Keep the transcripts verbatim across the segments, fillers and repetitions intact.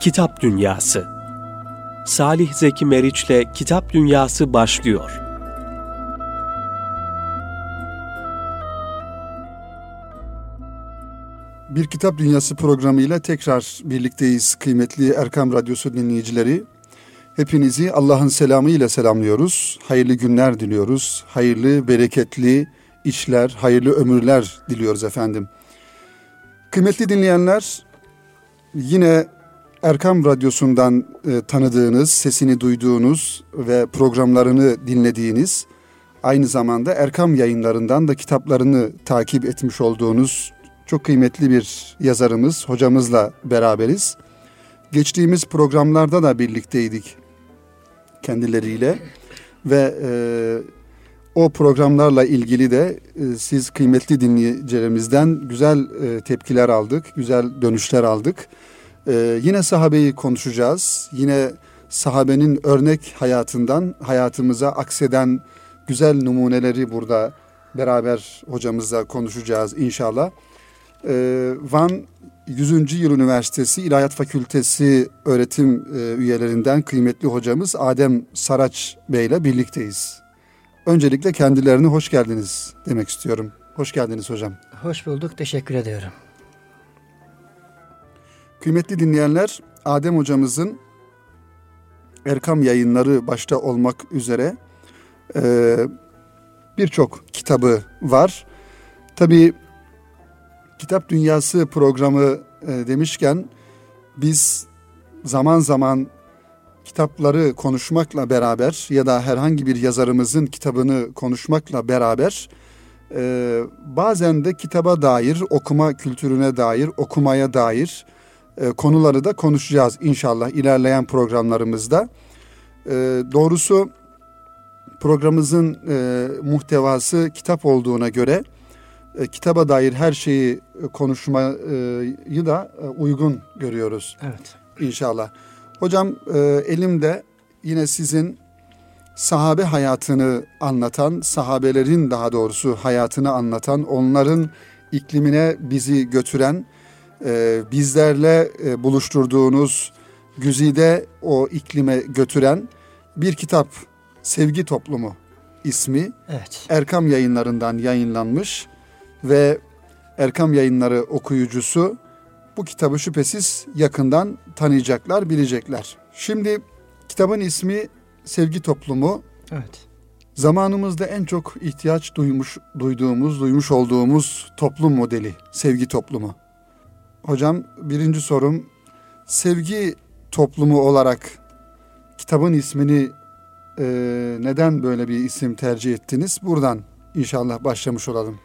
Kitap Dünyası. Salih Zeki Meriç'le Kitap Dünyası başlıyor. Bir Kitap Dünyası programıyla tekrar birlikteyiz kıymetli Erkam Radyosu dinleyicileri. Hepinizi Allah'ın selamı ile selamlıyoruz. Hayırlı günler diliyoruz. Hayırlı, bereketli işler, hayırlı ömürler diliyoruz efendim. Kıymetli dinleyenler, yine Erkam Radyosu'ndan e, tanıdığınız, sesini duyduğunuz ve programlarını dinlediğiniz, aynı zamanda Erkam Yayınlarından da kitaplarını takip etmiş olduğunuz çok kıymetli bir yazarımız, hocamızla beraberiz. Geçtiğimiz programlarda da birlikteydik kendileriyle ve e, o programlarla ilgili de e, siz kıymetli dinleyicilerimizden güzel e, tepkiler aldık, güzel dönüşler aldık. E, yine sahabeyi konuşacağız. Yine sahabenin örnek hayatından hayatımıza akseden güzel numuneleri burada beraber hocamızla konuşacağız inşallah. E, Van yüzüncü Yıl Üniversitesi İlahiyat Fakültesi öğretim e, üyelerinden kıymetli hocamız Adem Saraç Bey ile birlikteyiz. Öncelikle kendilerine hoş geldiniz demek istiyorum. Hoş geldiniz hocam. Hoş bulduk, teşekkür ediyorum. Kıymetli dinleyenler, Adem hocamızın Erkam Yayınları başta olmak üzere e, birçok kitabı var. Tabii Kitap Dünyası programı e, demişken biz zaman zaman kitapları konuşmakla beraber ya da herhangi bir yazarımızın kitabını konuşmakla beraber e, bazen de kitaba dair, okuma kültürüne dair, okumaya dair e, konuları da konuşacağız inşallah ilerleyen programlarımızda. E, doğrusu programımızın e, muhtevası kitap olduğuna göre E, kitaba dair her şeyi e, konuşmayı da e, uygun görüyoruz. Evet. İnşallah. Hocam e, elimde yine sizin sahabe hayatını anlatan, sahabelerin daha doğrusu hayatını anlatan, onların iklimine bizi götüren, e, bizlerle e, buluşturduğunuz, güzide o iklime götüren bir kitap, Sevgi Toplumu ismi. Evet. Erkam Yayınlarından yayınlanmış. Ve Erkam Yayınları okuyucusu bu kitabı şüphesiz yakından tanıyacaklar, bilecekler. Şimdi kitabın ismi Sevgi Toplumu. Evet. Zamanımızda en çok ihtiyaç duymuş, duyduğumuz, duymuş olduğumuz toplum modeli, sevgi toplumu. Hocam, birinci sorum, sevgi toplumu olarak kitabın ismini e, neden böyle bir isim tercih ettiniz? Buradan inşallah başlamış olalım.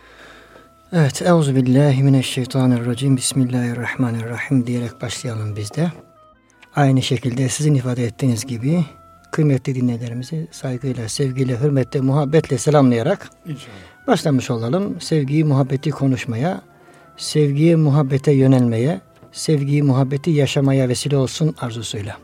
Evet, Euzubillahimineşşeytanirracim, Bismillahirrahmanirrahim diyerek başlayalım biz de. Aynı şekilde sizin ifade ettiğiniz gibi kıymetli dinleyicilerimizi saygıyla, sevgiyle, hürmetle, muhabbetle selamlayarak İnşallah. başlamış olalım. Sevgiyi, muhabbeti konuşmaya, sevgiye, muhabbete yönelmeye, sevgiyi, muhabbeti yaşamaya vesile olsun arzusuyla.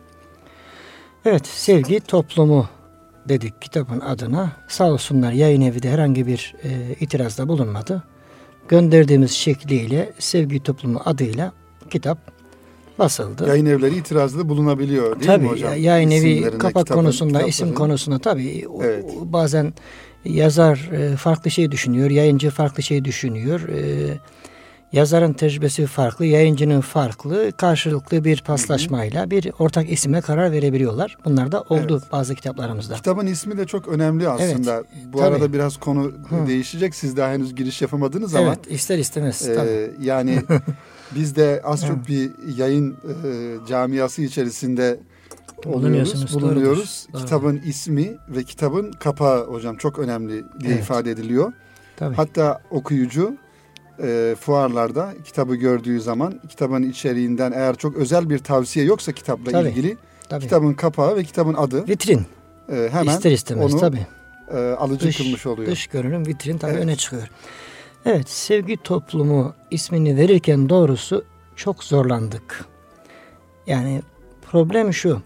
Evet, Sevgi Toplumu dedik kitabın adına. Sağ olsunlar yayın evi de herhangi bir e, itirazda bulunmadı. Gönderdiğimiz şekliyle Sevgi Toplumu adıyla kitap basıldı. Yayın evleri itirazda bulunabiliyor değil tabii, mi hocam? Tabii yayın evi kapak kitabın, konusunda, kitapların. isim konusunda tabii evet. o, bazen yazar farklı şey düşünüyor, yayıncı farklı şey düşünüyor. Ee, yazarın tecrübesi farklı, yayıncının farklı, karşılıklı bir paslaşmayla bir ortak isime karar verebiliyorlar. Bunlar da oldu evet. bazı kitaplarımızda. Kitabın ismi de çok önemli aslında. Evet, Bu tabii. arada biraz konu Hı. değişecek. Siz daha henüz giriş yapamadınız ama. Evet, ister istemez. E, tabii. Yani biz de az çok bir yayın e, camiası içerisinde oluyoruz, bulunuyoruz. Doğrudur, kitabın doğru. ismi ve kitabın kapağı hocam çok önemli diye evet. ifade ediliyor. Tabii. Hatta okuyucu E, fuarlarda kitabı gördüğü zaman kitabın içeriğinden eğer çok özel bir tavsiye yoksa kitapla tabii, ilgili tabii. kitabın kapağı ve kitabın adı vitrin e, hemen İster istemez, onu tabii. E, alıcı dış, kılmış oluyor. Dış görünüm vitrin tabii evet. öne çıkıyor. Evet, Sevgi Toplumu ismini verirken doğrusu çok zorlandık. Yani problem şu,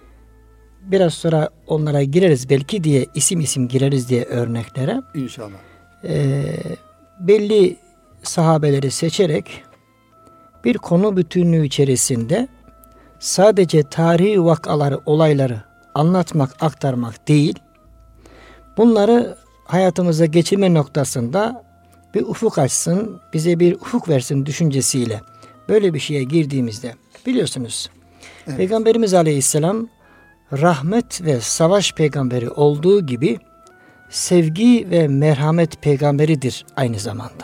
biraz sonra onlara gireriz belki diye isim isim gireriz diye örneklere. İnşallah. E, belli sahabeleri seçerek bir konu bütünlüğü içerisinde sadece tarihi vakaları, olayları anlatmak, aktarmak değil, bunları hayatımıza geçirme noktasında bir ufuk açsın, bize bir ufuk versin düşüncesiyle böyle bir şeye girdiğimizde, biliyorsunuz, evet, Peygamberimiz Aleyhisselam rahmet ve savaş peygamberi olduğu gibi sevgi ve merhamet peygamberidir aynı zamanda.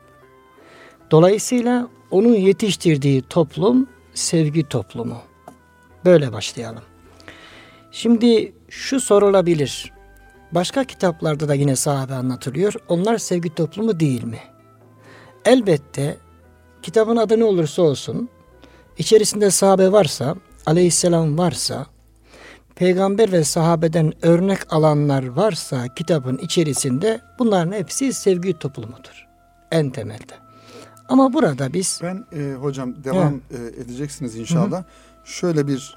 Dolayısıyla onun yetiştirdiği toplum sevgi toplumu. Böyle başlayalım. Şimdi şu sorulabilir. Başka kitaplarda da yine sahabe anlatılıyor. Onlar sevgi toplumu değil mi? Elbette kitabın adı ne olursa olsun, içerisinde sahabe varsa, aleyhisselam varsa, peygamber ve sahabeden örnek alanlar varsa kitabın içerisinde, bunların hepsi sevgi toplumudur. En temelde. Ama burada biz... Ben e, hocam devam e, edeceksiniz inşallah. Hı hı. Şöyle bir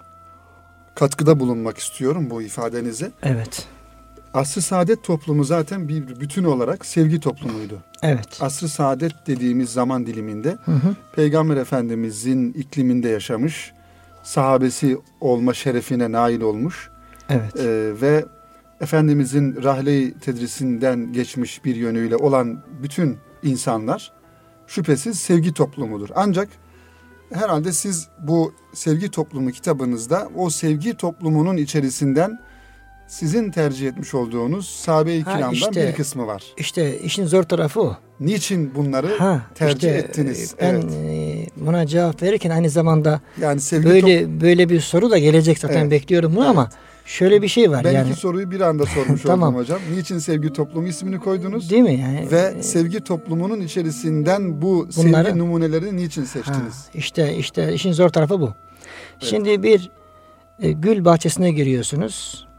katkıda bulunmak istiyorum bu ifadenize. Evet. Asr-ı Saadet toplumu zaten bir bütün olarak sevgi toplumuydu. Evet. Asr-ı Saadet dediğimiz zaman diliminde hı hı. Peygamber Efendimizin ikliminde yaşamış, sahabesi olma şerefine nail olmuş. Evet. E, ve Efendimizin rahle-i tedrisinden geçmiş bir yönüyle olan bütün insanlar şüphesiz sevgi toplumudur. Ancak herhalde siz bu sevgi toplumu kitabınızda o sevgi toplumunun içerisinden sizin tercih etmiş olduğunuz sahabe-i kiramdan işte, bir kısmı var. İşte işin zor tarafı o. Niçin bunları ha, tercih işte, ettiniz? Ben evet. buna cevap verirken aynı zamanda yani sevgi böyle top- böyle bir soru da gelecek zaten, evet, bekliyorum bunu, evet, ama şöyle bir şey var. Ben yani. iki soruyu bir anda sormuş tamam. oldum hocam. Niçin sevgi toplumu ismini koydunuz? Değil mi? Yani, Ve e, sevgi toplumunun içerisinden bu bunları, sevgi numunelerini niçin seçtiniz? Ha, işte işte işin zor tarafı bu. Evet. Şimdi bir e, gül bahçesine giriyorsunuz.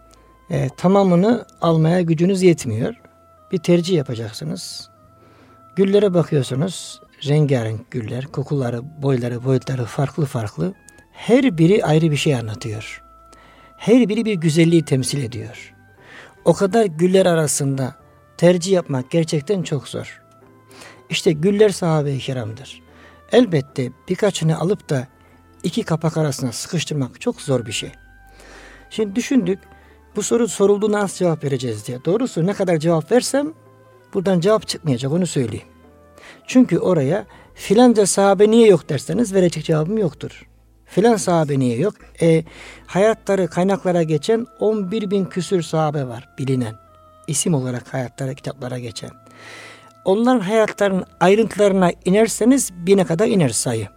E, tamamını almaya gücünüz yetmiyor. Bir tercih yapacaksınız. Güllere bakıyorsunuz. Rengarenk güller, kokuları, boyları, boyutları farklı farklı. Her biri ayrı bir şey anlatıyor. Her biri bir güzelliği temsil ediyor. O kadar güller arasında tercih yapmak gerçekten çok zor. İşte güller sahabe-i kiramdır. Elbette birkaçını alıp da iki kapak arasına sıkıştırmak çok zor bir şey. Şimdi düşündük, bu soru sorulduğunda nasıl cevap vereceğiz diye. Doğrusu ne kadar cevap versem buradan cevap çıkmayacak, onu söyleyeyim. Çünkü oraya filanca sahabe niye yok derseniz verecek cevabım yoktur. Filan sahabe niye yok? E, hayatları kaynaklara geçen on bir bin küsür sahabe var bilinen. İsim olarak hayatlara, kitaplara geçen. Onların hayatlarının ayrıntılarına inerseniz bine kadar iner sayı.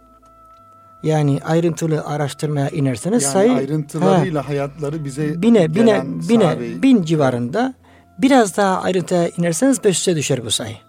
Yani ayrıntılı araştırmaya inerseniz yani sayı... Yani ayrıntılarıyla ha, hayatları bize bine, bine, bine, sahabeyi... bin civarında. Biraz daha ayrıntıya inerseniz beş yüze düşer bu sayı.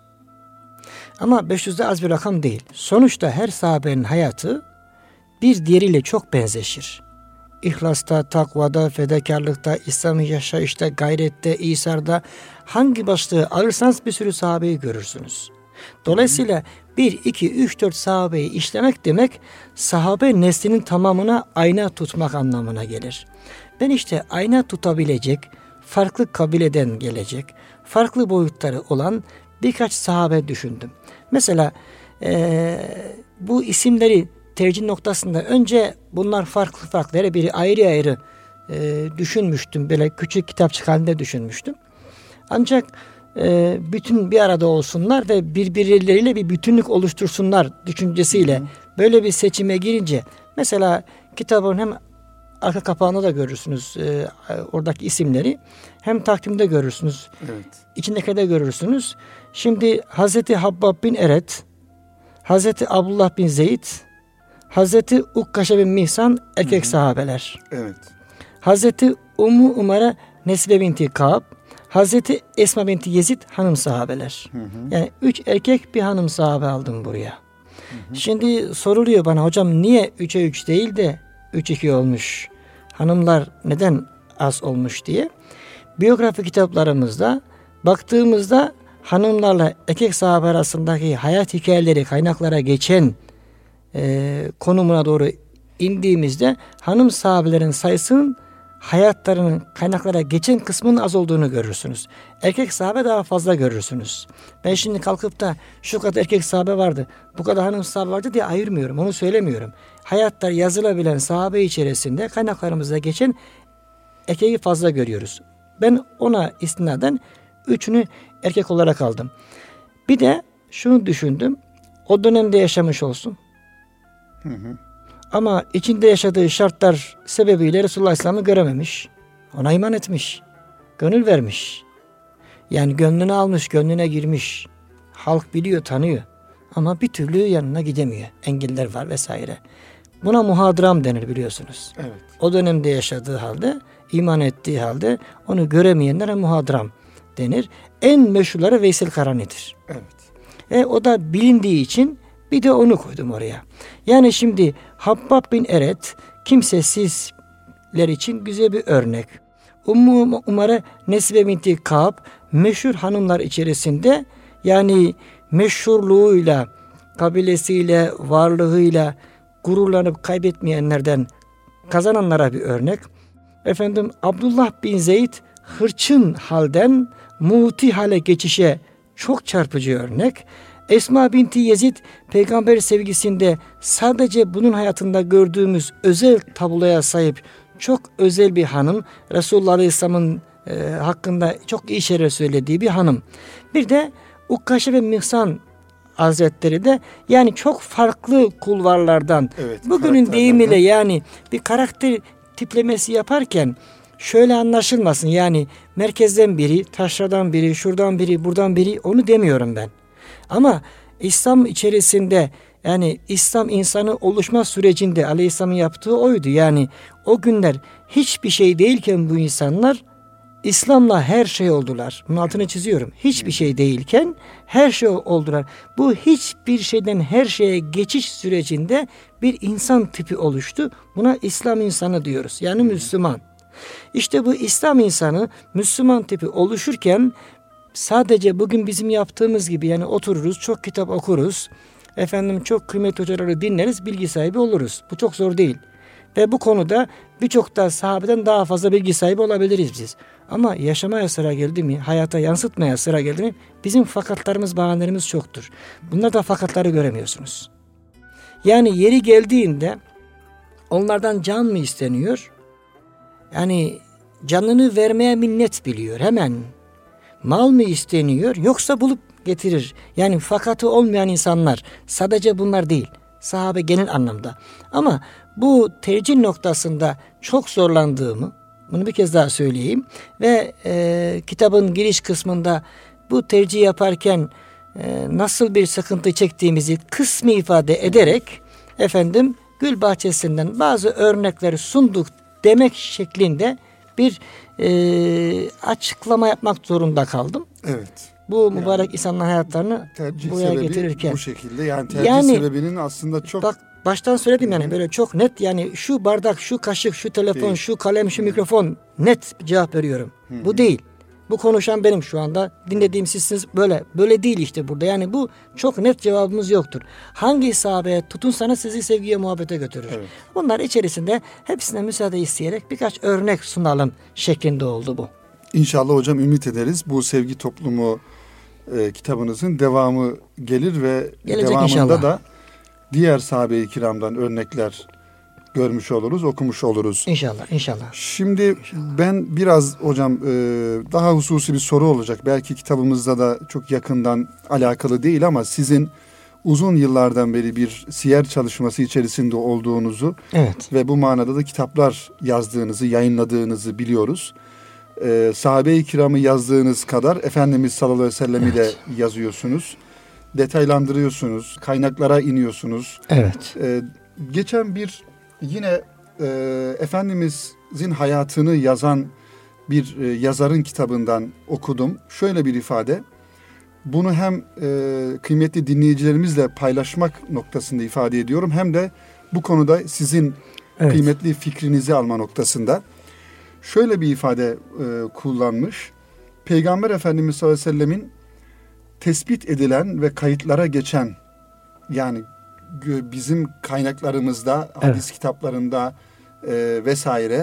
Ama beş yüz de az bir rakam değil. Sonuçta her sahabenin hayatı bir diğeriyle çok benzeşir. İhlasta, takvada, fedakarlıkta, İslami yaşayışta, gayrette, İsar'da hangi başlığı alırsanız bir sürü sahabeyi görürsünüz. Dolayısıyla bir, iki, üç, dört sahabeyi işlemek demek sahabe neslinin tamamına ayna tutmak anlamına gelir. Ben işte ayna tutabilecek, farklı kabileden gelecek, farklı boyutları olan birkaç sahabe düşündüm. Mesela ee, bu isimleri tercih noktasında önce bunlar farklı farklı, her biri ayrı ayrı e, düşünmüştüm. Böyle küçük kitapçık halinde düşünmüştüm. Ancak e, bütün bir arada olsunlar ve birbirleriyle bir bütünlük oluştursunlar düşüncesiyle hı hı. böyle bir seçime girince, mesela kitabın hem arka kapağında da görürsünüz e, oradaki isimleri, hem takvimde görürsünüz, evet. içindeki de görürsünüz. Şimdi Hazreti Habbab bin Eret, Hazreti Abdullah bin Zeyd, Hazreti Ukkaşe bin Mihsan erkek hı hı. sahabeler. Evet. Hazreti Ummu Umara Nesbe binti Ka'b, Hazreti Esma binti Yezid hanım sahabeler. Hı hı. Yani üç erkek bir hanım sahabe aldım buraya. Hı hı. Şimdi soruluyor bana, hocam niye üçe üç değil de üç iki olmuş? Hanımlar neden az olmuş diye. Biyografi kitaplarımızda baktığımızda hanımlarla erkek sahabe arasındaki hayat hikayeleri kaynaklara geçen e, konumuna doğru indiğimizde hanım sahabelerin sayısının hayatlarının kaynaklara geçen kısmının az olduğunu görürsünüz. Erkek sahabe daha fazla görürsünüz. Ben şimdi kalkıp da şu kadar erkek sahabe vardı, bu kadar hanım sahabe vardı diye ayırmıyorum. Onu söylemiyorum. Hayatlar yazılabilen sahabe içerisinde kaynaklarımızda geçen erkeği fazla görüyoruz. Ben ona istinaden üçünü erkek olarak aldım. Bir de şunu düşündüm. O dönemde yaşamış olsun. Hı hı. Ama içinde yaşadığı şartlar sebebiyle Resulullah Aleyhisselam'ı görememiş. Ona iman etmiş. Gönül vermiş. Yani gönlünü almış, gönlüne girmiş. Halk biliyor, tanıyor. Ama bir türlü yanına gidemiyor. Engeller var vesaire. Buna muhadram denir biliyorsunuz. Evet. O dönemde yaşadığı halde, iman ettiği halde onu göremeyenlere muhadram denir. En meşhurları Veysel Karani'dir. Evet. E, o da bilindiği için bir de onu koydum oraya. Yani şimdi Habbab bin Eret kimsesizler için güzel bir örnek. Ummu Umare Nesibe binti Ka'b meşhur hanımlar içerisinde, yani meşhurluğuyla, kabilesiyle, varlığıyla gururlanıp kaybetmeyenlerden kazananlara bir örnek. Efendim Abdullah bin Zeyd hırçın halden muti hale geçişe çok çarpıcı örnek. Esma binti Yezid peygamber sevgisinde sadece bunun hayatında gördüğümüz özel tabloya sahip çok özel bir hanım. Resulullah Aleyhisselam'ın e, hakkında çok iyi şeyler söylediği bir hanım. Bir de Ukkaşe ve Mihsan Hazretleri de yani çok farklı kulvarlardan, evet, bugünün deyimiyle yani bir karakter tiplemesi yaparken şöyle anlaşılmasın, yani merkezden biri, taşradan biri, şuradan biri, buradan biri, onu demiyorum ben. Ama İslam içerisinde, yani İslam insanı oluşma sürecinde Aleyhisselam'ın yaptığı oydu. Yani o günler hiçbir şey değilken bu insanlar İslam'la her şey oldular. Bunun altını çiziyorum. Hiçbir şey değilken her şey oldular. Bu hiçbir şeyden her şeye geçiş sürecinde bir insan tipi oluştu. Buna İslam insanı diyoruz. Yani Müslüman. İşte bu İslam insanı, Müslüman tipi oluşurken sadece bugün bizim yaptığımız gibi, yani otururuz, çok kitap okuruz, efendim çok kıymetli hocaları dinleriz, bilgi sahibi oluruz. Bu çok zor değil. Ve bu konuda birçok da sahabeden daha fazla bilgi sahibi olabiliriz biz. Ama yaşamaya sıra geldi mi, hayata yansıtmaya sıra geldi mi, bizim fakatlarımız, bahanelerimiz çoktur. Bunlar da fakatları göremiyorsunuz. Yani yeri geldiğinde onlardan can mı isteniyor? Yani canını vermeye minnet biliyor hemen. Mal mı isteniyor, yoksa bulup getirir. Yani fakatı olmayan insanlar sadece bunlar değil. Sahabe genel anlamda. Ama bu tercih noktasında çok zorlandığımı, bunu bir kez daha söyleyeyim. Ve e, kitabın giriş kısmında bu tercih yaparken e, nasıl bir sıkıntı çektiğimizi kısmi ifade ederek efendim Gül Bahçesi'nden bazı örnekleri sunduk demek şeklinde bir e, açıklama yapmak zorunda kaldım. Evet. Bu mübarek yani, insanların hayatlarını buraya getirirken. Bu şekilde yani tercih yani, sebebinin aslında çok... Bak baştan söyledim yani böyle çok net, yani şu bardak, şu kaşık, şu telefon, değil, şu kalem, şu Hı. mikrofon, net cevap veriyorum. Hı. Bu değil. Bu konuşan benim şu anda. Dinlediğim sizsiniz, böyle. Böyle değil işte burada. Yani bu çok net cevabımız yoktur. Hangi sahabeye tutunsanız sizi sevgiye, muhabbete götürür. Evet. Bunlar içerisinde hepsine müsaade isteyerek birkaç örnek sunalım şeklinde oldu bu. İnşallah hocam ümit ederiz. Bu Sevgi Toplumu e, kitabınızın devamı gelir ve Gelecek devamında inşallah. Da diğer sahabe-i kiramdan örnekler görmüş oluruz, okumuş oluruz. İnşallah, inşallah. Şimdi inşallah. Ben biraz hocam e, daha hususi bir soru olacak. Belki kitabımızda da çok yakından alakalı değil ama sizin uzun yıllardan beri bir siyer çalışması içerisinde olduğunuzu, evet, ve bu manada da kitaplar yazdığınızı, yayınladığınızı biliyoruz. E, sahabe-i kiramı yazdığınız kadar Efendimiz sallallahu aleyhi ve sellem'i evet. de yazıyorsunuz. Detaylandırıyorsunuz, kaynaklara iniyorsunuz. Evet. E, geçen bir yine e, Efendimizin hayatını yazan bir e, yazarın kitabından okudum. Şöyle bir ifade. Bunu hem e, kıymetli dinleyicilerimizle paylaşmak noktasında ifade ediyorum, hem de bu konuda sizin evet. kıymetli fikrinizi alma noktasında. Şöyle bir ifade e, kullanmış. Peygamber Efendimiz sallallahu aleyhi ve sellemin tespit edilen ve kayıtlara geçen, yani bizim kaynaklarımızda, evet. hadis kitaplarında e, vesaire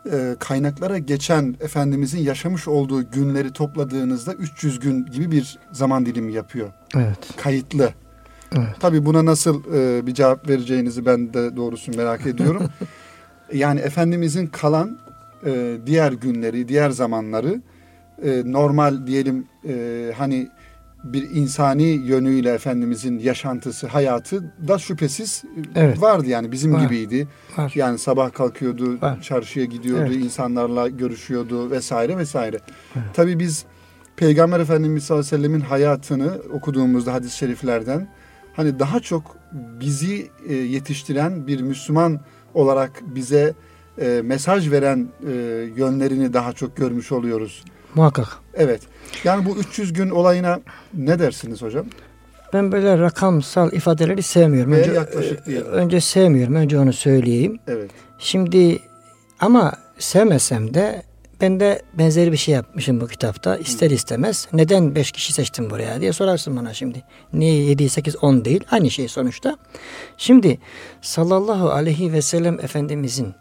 e, kaynaklara geçen Efendimizin yaşamış olduğu günleri topladığınızda üç yüz gün gibi bir zaman dilimi yapıyor. Evet. Kayıtlı. Evet. Tabii buna nasıl e, bir cevap vereceğinizi ben de doğrusu merak ediyorum. Yani Efendimizin kalan e, diğer günleri, diğer zamanları e, normal diyelim e, hani bir insani yönüyle Efendimizin yaşantısı, hayatı da şüphesiz evet. vardı yani bizim Var. gibiydi. Var. Yani sabah kalkıyordu, Var. çarşıya gidiyordu, Evet. insanlarla görüşüyordu vesaire vesaire. Evet. Tabii biz Peygamber Efendimiz sallallahu aleyhi ve sellemin hayatını okuduğumuzda hadis-i şeriflerden hani daha çok bizi e, yetiştiren bir Müslüman olarak bize e, mesaj veren e, yönlerini daha çok görmüş oluyoruz. Muhakkak. Evet. Yani bu üç yüz gün olayına ne dersiniz hocam? Ben böyle rakamsal ifadeleri sevmiyorum. Veya Önce, yaklaşık diyelim. önce sevmiyorum. Önce onu söyleyeyim. Evet. Şimdi ama sevmesem de ben de benzeri bir şey yapmışım bu kitapta. İster istemez. Neden beş kişi seçtim buraya diye sorarsın bana şimdi. Niye yedi, sekiz, on değil? Aynı şey sonuçta. Şimdi sallallahu aleyhi ve sellem Efendimizin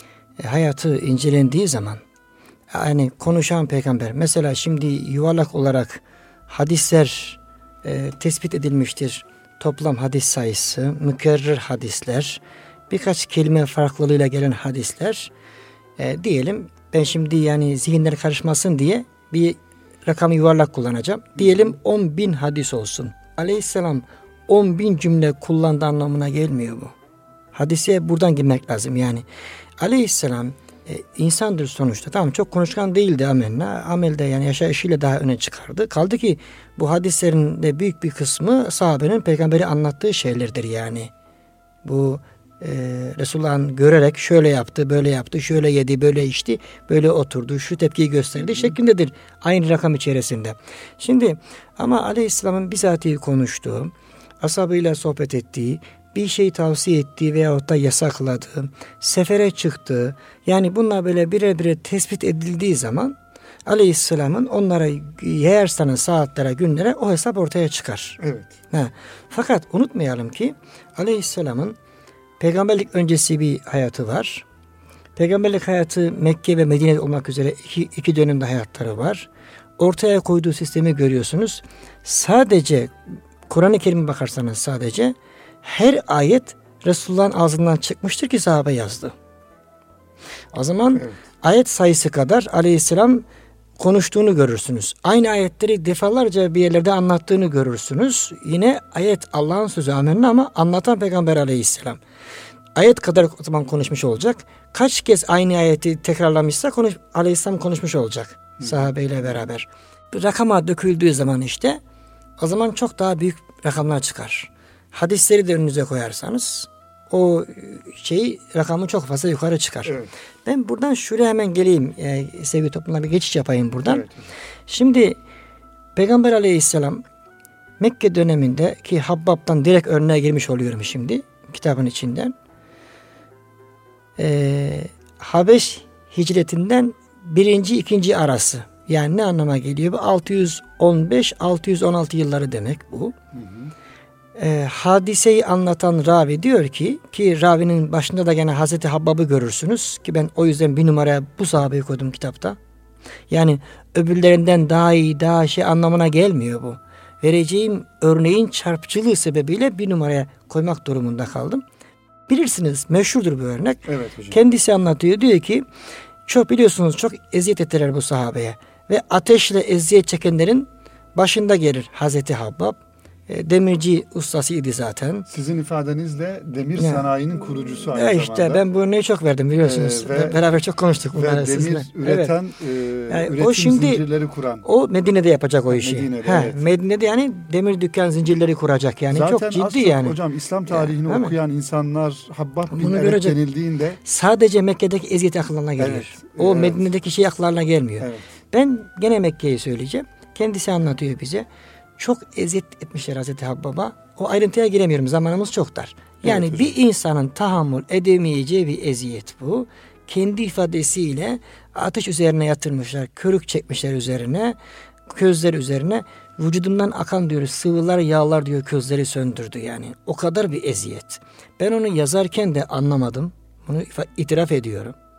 hayatı incelendiği zaman yani konuşan peygamber. Mesela şimdi yuvarlak olarak hadisler e, tespit edilmiştir. Toplam hadis sayısı, mükerrer hadisler, birkaç kelime farklılığıyla gelen hadisler. E, diyelim ben şimdi yani zihinler karışmasın diye bir rakamı yuvarlak kullanacağım. Diyelim on bin hadis olsun. Aleyhisselam on bin cümle kullandığı anlamına gelmiyor bu. Hadise buradan girmek lazım yani. Aleyhisselam e, insandır sonuçta. Tamam çok konuşkan değildi amenna. Amelde yani yaşayışıyla daha öne çıkardı. Kaldı ki bu hadislerin de büyük bir kısmı sahabenin peygamberi anlattığı şeylerdir yani. Bu e, Resulullah'ın görerek şöyle yaptı, böyle yaptı, şöyle yedi, böyle içti, böyle oturdu, şu tepkiyi gösterdi şeklindedir. Aynı rakam içerisinde. Şimdi ama Aleyhisselam'ın bizatihi konuştuğu, ashabıyla sohbet ettiği, bir şey tavsiye ettiği veyahut da yasakladığı, sefere çıktığı, yani bunlar böyle birer birer tespit edildiği zaman Aleyhisselam'ın onlara yer sana saatlere, günlere o hesap ortaya çıkar. Evet. Ha. Fakat unutmayalım ki Aleyhisselam'ın peygamberlik öncesi bir hayatı var. Peygamberlik hayatı Mekke ve Medine olmak üzere iki, iki dönemde hayatları var. Ortaya koyduğu sistemi görüyorsunuz. Sadece Kur'an-ı Kerim'e bakarsanız sadece her ayet Resulullah'ın ağzından çıkmıştır ki sahabe yazdı. O zaman evet. Ayet sayısı kadar Aleyhisselam konuştuğunu görürsünüz. Aynı ayetleri defalarca bir yerlerde anlattığını görürsünüz. Yine ayet Allah'ın sözü amenna ama anlatan Peygamber Aleyhisselam. Ayet kadar o zaman konuşmuş olacak. Kaç kez aynı ayeti tekrarlamışsa konuş, Aleyhisselam konuşmuş olacak Hı. sahabeyle beraber. Bir rakama döküldüğü zaman işte o zaman çok daha büyük rakamlar çıkar. Hadisleri de önünüze koyarsanız o şey rakamı çok fazla yukarı çıkar. Evet. Ben buradan şuraya hemen geleyim. E, sevgili toplumlar bir geçiş yapayım buradan. Evet. Şimdi Peygamber Aleyhisselam Mekke döneminde ki Habbab'dan direkt örneğe girmiş oluyorum şimdi kitabın içinden. E, Habeş hicretinden birinci ikinci arası. Yani ne anlama geliyor bu? altı yüz on beş altı yüz on altı yılları demek bu. Hı hı. E, hadiseyi anlatan ravi diyor ki ki ravinin başında da gene Hazreti Habbab'ı görürsünüz ki ben o yüzden bir numaraya bu sahabeyi koydum kitapta. Yani öbürlerinden daha iyi daha şey anlamına gelmiyor bu. Vereceğim örneğin çarpıcılığı sebebiyle bir numaraya koymak durumunda kaldım. Bilirsiniz meşhurdur bu örnek. Evet hocam. Kendisi anlatıyor diyor ki çok biliyorsunuz çok eziyet ettiler bu sahabeye ve ateşle eziyet çekenlerin başında gelir Hazreti Habbab. Demirci ustasıydı zaten. Sizin ifadenizle demir ya, sanayinin kurucusu aynı ya işte zamanda. Ben bu örneği çok verdim biliyorsunuz. Ee, ve, Beraber çok konuştuk bunları sizinle. Ve demir sizinle. üreten, evet. e, yani üretim o şimdi, zincirleri kuran. O Medine'de yapacak o işi. Medine'de, ha, evet. Medine'de yani demir dükkan zincirleri kuracak yani zaten çok ciddi çok, yani. Hocam İslam tarihini ya, okuyan insanlar Habbab bin Bunu Eret denildiğinde. Sadece Mekke'deki eziyet akıllarına geliyor. Evet, o evet. Medine'deki şey akıllarına gelmiyor. Evet. Ben gene Mekke'yi söyleyeceğim. Kendisi anlatıyor bize. Çok eziyet etmişler Hazreti Habbab'a. O ayrıntıya giremiyorum. Zamanımız çok dar. Yani evet, bir insanın tahammül edemeyeceği bir eziyet bu. Kendi ifadesiyle ateş üzerine yatırmışlar. Körük çekmişler üzerine. Közler üzerine. Vücudumdan akan diyor sıvılar yağlar diyor közleri söndürdü yani. O kadar bir eziyet. Ben onu yazarken de anlamadım. Bunu itiraf ediyorum.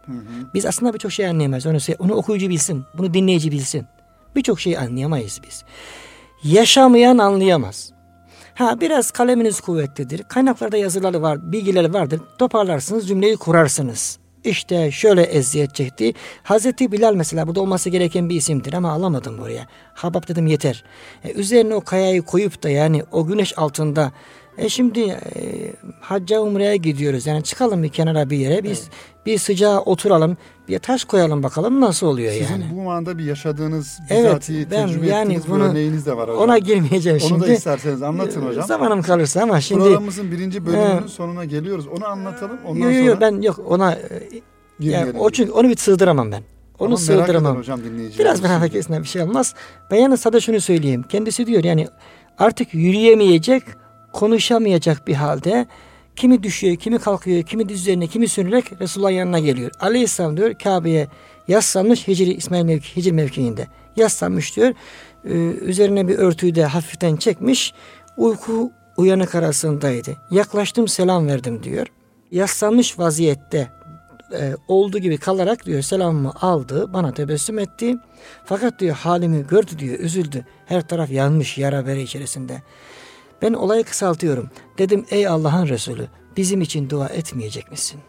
Hı hı. Biz aslında birçok şey anlayamayız. Onu, onu okuyucu bilsin, bunu dinleyici bilsin. Birçok şey anlayamayız biz. Yaşamayan anlayamaz. Ha biraz kaleminiz kuvvetlidir. Kaynaklarda yazıları var, bilgileri vardır. Toparlarsınız, cümleyi kurarsınız. İşte şöyle eziyet çekti. Hazreti Bilal mesela burada olması gereken bir isimdir ama alamadım buraya. Habab dedim yeter. E, üzerine o kayayı koyup da yani o güneş altında e şimdi e, hacca umreye gidiyoruz. Yani çıkalım bir kenara bir yere. Biz evet. bir sıcağa oturalım. Bir taş koyalım bakalım nasıl oluyor Sizin yani. Sizin bu manada bir yaşadığınız, evet, bizatihi ben, tecrübe yani ettiğiniz bunu, bir örneğiniz de var hocam. Ona girmeyeceğim Onu şimdi. Onu da isterseniz anlatın hocam. Zamanım kalırsa ama şimdi. Programımızın birinci bölümünün e, sonuna geliyoruz. Onu anlatalım. Ondan yok, sonra. Yok ben yok ona. Yani o çünkü onu bir sığdıramam ben. Onu Ama sığdıramam. Hocam, biraz merak etsinler bir şey olmaz. Ben yalnız sadece şunu söyleyeyim. Kendisi diyor yani artık yürüyemeyecek, konuşamayacak bir halde kimi düşüyor, kimi kalkıyor, kimi diz üzerine, kimi sürünerek Resulullah'ın yanına geliyor. Aleyhisselam diyor Kabe'ye yaslanmış Hicri İsmail mevki, Hicr mevkiinde yaslanmış diyor. Ee, üzerine bir örtüyü de hafiften çekmiş. Uyku uyanık arasındaydı. Yaklaştım selam verdim diyor. Yaslanmış vaziyette e, olduğu gibi kalarak diyor selamımı aldı. Bana tebessüm etti. Fakat diyor halimi gördü diyor üzüldü. Her taraf yanmış yara bere içerisinde. Ben olayı kısaltıyorum. Dedim ey Allah'ın Resulü bizim için dua etmeyecek misin?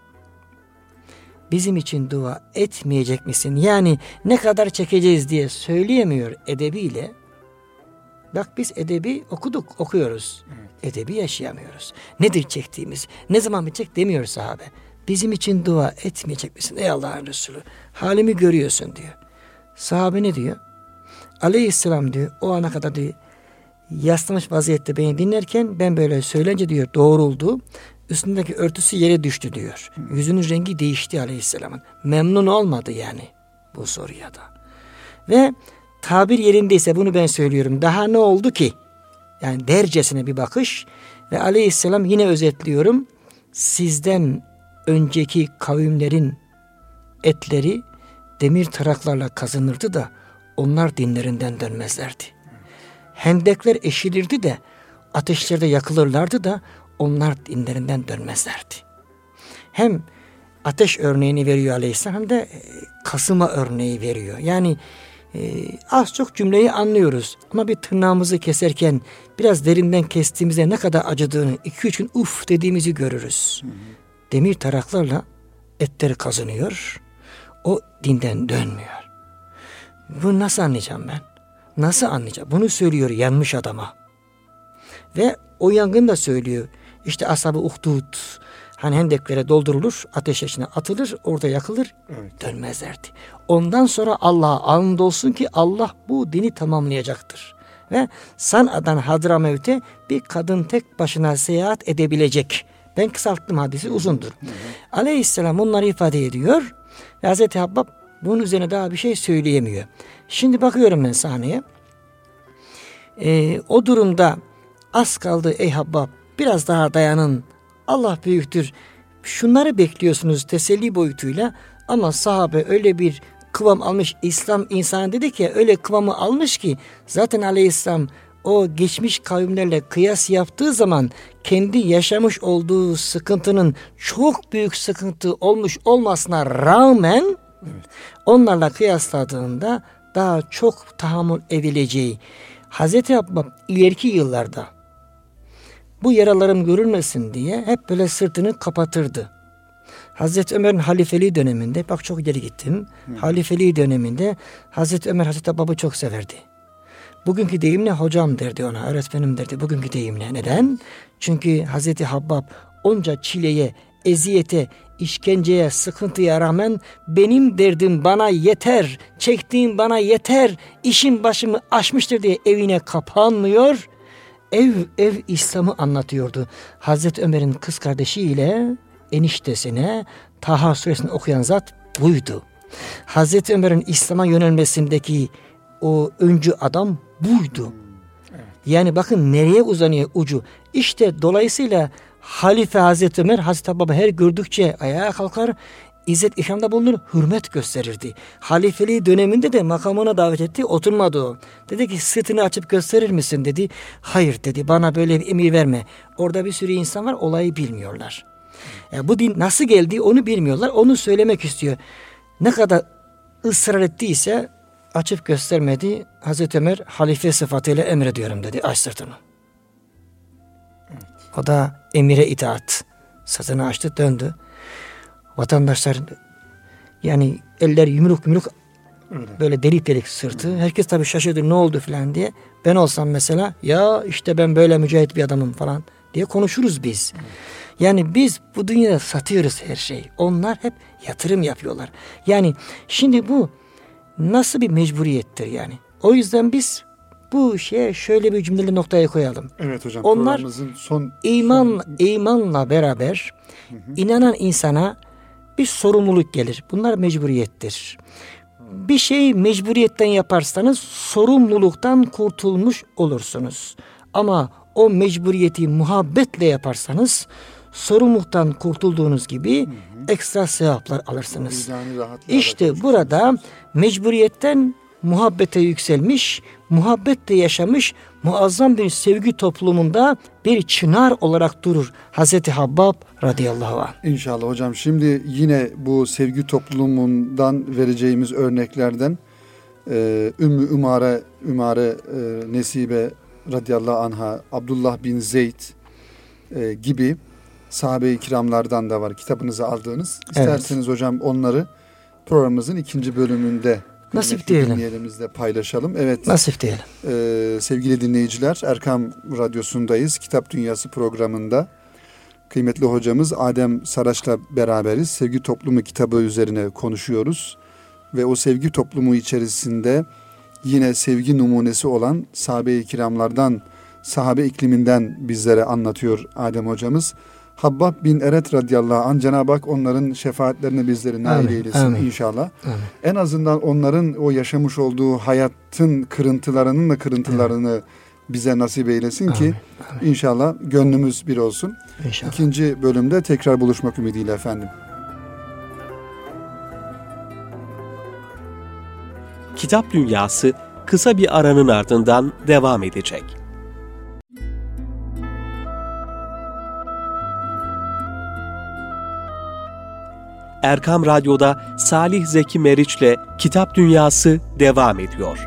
Bizim için dua etmeyecek misin? Yani ne kadar çekeceğiz diye söyleyemiyor edebiyle. Bak biz edebi okuduk, okuyoruz. Evet. Edebi yaşayamıyoruz. Nedir çektiğimiz? Ne zaman bitecek demiyor sahabe. Bizim için dua etmeyecek misin ey Allah'ın Resulü? Halimi görüyorsun diyor. Sahabe ne diyor? Aleyhisselam diyor o ana kadar diyor yaslamış vaziyette beni dinlerken ben böyle söyleyince diyor doğruldu. Üstündeki örtüsü yere düştü diyor. Yüzünün rengi değişti Aleyhisselam'ın. Memnun olmadı yani bu soruya da. Ve tabir yerindeyse bunu ben söylüyorum. Daha ne oldu ki? Yani dercesine bir bakış ve Aleyhisselam yine özetliyorum. Sizden önceki kavimlerin etleri demir taraklarla kazınırdı da onlar dinlerinden dönmezlerdi. Hendekler eşilirdi de ateşlerde yakılırlardı da onlar dinlerinden dönmezlerdi. Hem ateş örneğini veriyor Aleyhisselam hem de kasıma örneği veriyor. Yani e, az çok cümleyi anlıyoruz ama bir tırnağımızı keserken biraz derinden kestiğimizde ne kadar acıdığını iki üç gün uf dediğimizi görürüz. Hı hı. Demir taraklarla etleri kazınıyor. O dinden dönmüyor. Bunu nasıl anlayacağım ben? Nasıl anlayacağım? Bunu söylüyor yanmış adama. Ve o yangın da söylüyor. İşte ashab-ı uhdud hani hendeklere doldurulur, ateş içine atılır, orada yakılır, evet. Dönmezlerdi. Ondan sonra Allah'a and olsun ki Allah bu dini tamamlayacaktır. Ve San'a'dan Hadramevt'e bir kadın tek başına seyahat edebilecek. Ben kısalttım hadisi uzundur. Hı hı. Aleyhisselam bunları ifade ediyor. Ve Hazreti Habbab bunun üzerine daha bir şey söyleyemiyor. Şimdi bakıyorum ben sahneye. Ee, o durumda az kaldı ey Habbab biraz daha dayanın. Allah büyüktür. Şunları bekliyorsunuz teselli boyutuyla ama sahabe öyle bir kıvam almış. İslam insanı dedi ki öyle kıvamı almış ki zaten Aleyhisselam o geçmiş kavimlerle kıyas yaptığı zaman kendi yaşamış olduğu sıkıntının çok büyük sıkıntı olmuş olmasına rağmen evet. Onlarla kıyasladığında daha çok tahammül edileceği. Hazreti Habbab ileriki yıllarda bu yaralarım görülmesin diye hep böyle sırtını kapatırdı. Hazreti Ömer'in halifeliği döneminde, bak çok ileri gittim. Hmm. Halifeliği döneminde Hazreti Ömer Hazreti Habbab'ı çok severdi. Bugünkü deyimle hocam derdi ona, öğretmenim derdi bugünkü deyimle. Neden? Çünkü Hazreti Habbab onca çileye, eziyete, işkenceye, sıkıntıya rağmen benim derdim bana yeter, çektiğim bana yeter, işim başımı aşmıştır diye evine kapanmıyor. Ev ev İslam'ı anlatıyordu. Hazreti Ömer'in kız kardeşiyle eniştesine Taha suresini okuyan zat buydu. Hazreti Ömer'in İslam'a yönelmesindeki o öncü adam buydu. Evet. Yani bakın nereye uzanıyor ucu. İşte dolayısıyla Halife Hazreti Ömer Hazreti Habbab'ı her gördükçe ayağa kalkar, İzzet ikramda bulunur, hürmet gösterirdi. Halifeliği döneminde de makamına davet etti, oturmadı o. Dedi ki sırtını açıp gösterir misin dedi. Hayır dedi, bana böyle bir emir verme. Orada bir sürü insan var, olayı bilmiyorlar. Yani bu din nasıl geldi onu bilmiyorlar. Onu söylemek istiyor. Ne kadar ısrar ettiyse açıp göstermedi. Hazreti Ömer halife sıfatıyla emrediyorum dedi. Aç sırtını. Evet. O da emire itaat. Sırtını açtı, döndü. Vatandaşlar yani eller yumruk yumruk öyle. Böyle delik delik sırtı. Öyle. Herkes tabii şaşırdı ne oldu falan diye. Ben olsam mesela ya işte ben böyle mücahit bir adamım falan diye konuşuruz biz. Evet. Yani biz bu dünyada satıyoruz her şeyi. Onlar hep yatırım yapıyorlar. Yani şimdi bu nasıl bir mecburiyettir yani. O yüzden biz bu şeye şöyle bir cümleyle noktaya koyalım. Evet hocam. Onlar son, iman, son... imanla beraber hı hı. inanan insana bir sorumluluk gelir. Bunlar mecburiyettir. Bir şeyi mecburiyetten yaparsanız sorumluluktan kurtulmuş olursunuz. Ama o mecburiyeti muhabbetle yaparsanız sorumluluktan kurtulduğunuz gibi hı hı. ekstra sevaplar alırsınız. İşte burada mecburiyetten muhabbete yükselmiş, muhabbetle yaşamış muazzam bir sevgi toplumunda bir çınar olarak durur Hazreti Habbab radıyallahu anh. İnşallah hocam. Şimdi yine bu sevgi toplumundan vereceğimiz örneklerden e, Ümmü Ümare, Ümare e, Nesibe radıyallahu anha, Abdullah bin Zeyd e, gibi sahabe-i kiramlardan da var kitabınızı aldığınız. İsterseniz evet. hocam onları programımızın ikinci bölümünde nasip diyelim. Dinleyenlerimizle paylaşalım. Evet. Nasip diyelim. E, sevgili dinleyiciler, Erkam Radyosu'ndayız. Kitap Dünyası programında kıymetli hocamız Adem Saraç'la beraberiz. Sevgi Toplumu kitabı üzerine konuşuyoruz. Ve o sevgi toplumu içerisinde yine sevgi numunesi olan sahabe-i kiramlardan, sahabe ikliminden bizlere anlatıyor Adem hocamız. Habbab bin Eret radıyallahu anh, Cenab-ı Hak onların şefaatlerine bizleri nail eylesin amin. İnşallah. Amin. En azından onların o yaşamış olduğu hayatın kırıntılarının da kırıntılarını evet. bize nasip eylesin amin. Ki amin. İnşallah gönlümüz bir olsun. İnşallah. İkinci bölümde tekrar buluşmak ümidiyle efendim. Kitap Dünyası kısa bir aranın ardından devam edecek. Erkam Radyo'da Salih Zeki Meriç'le Kitap Dünyası devam ediyor.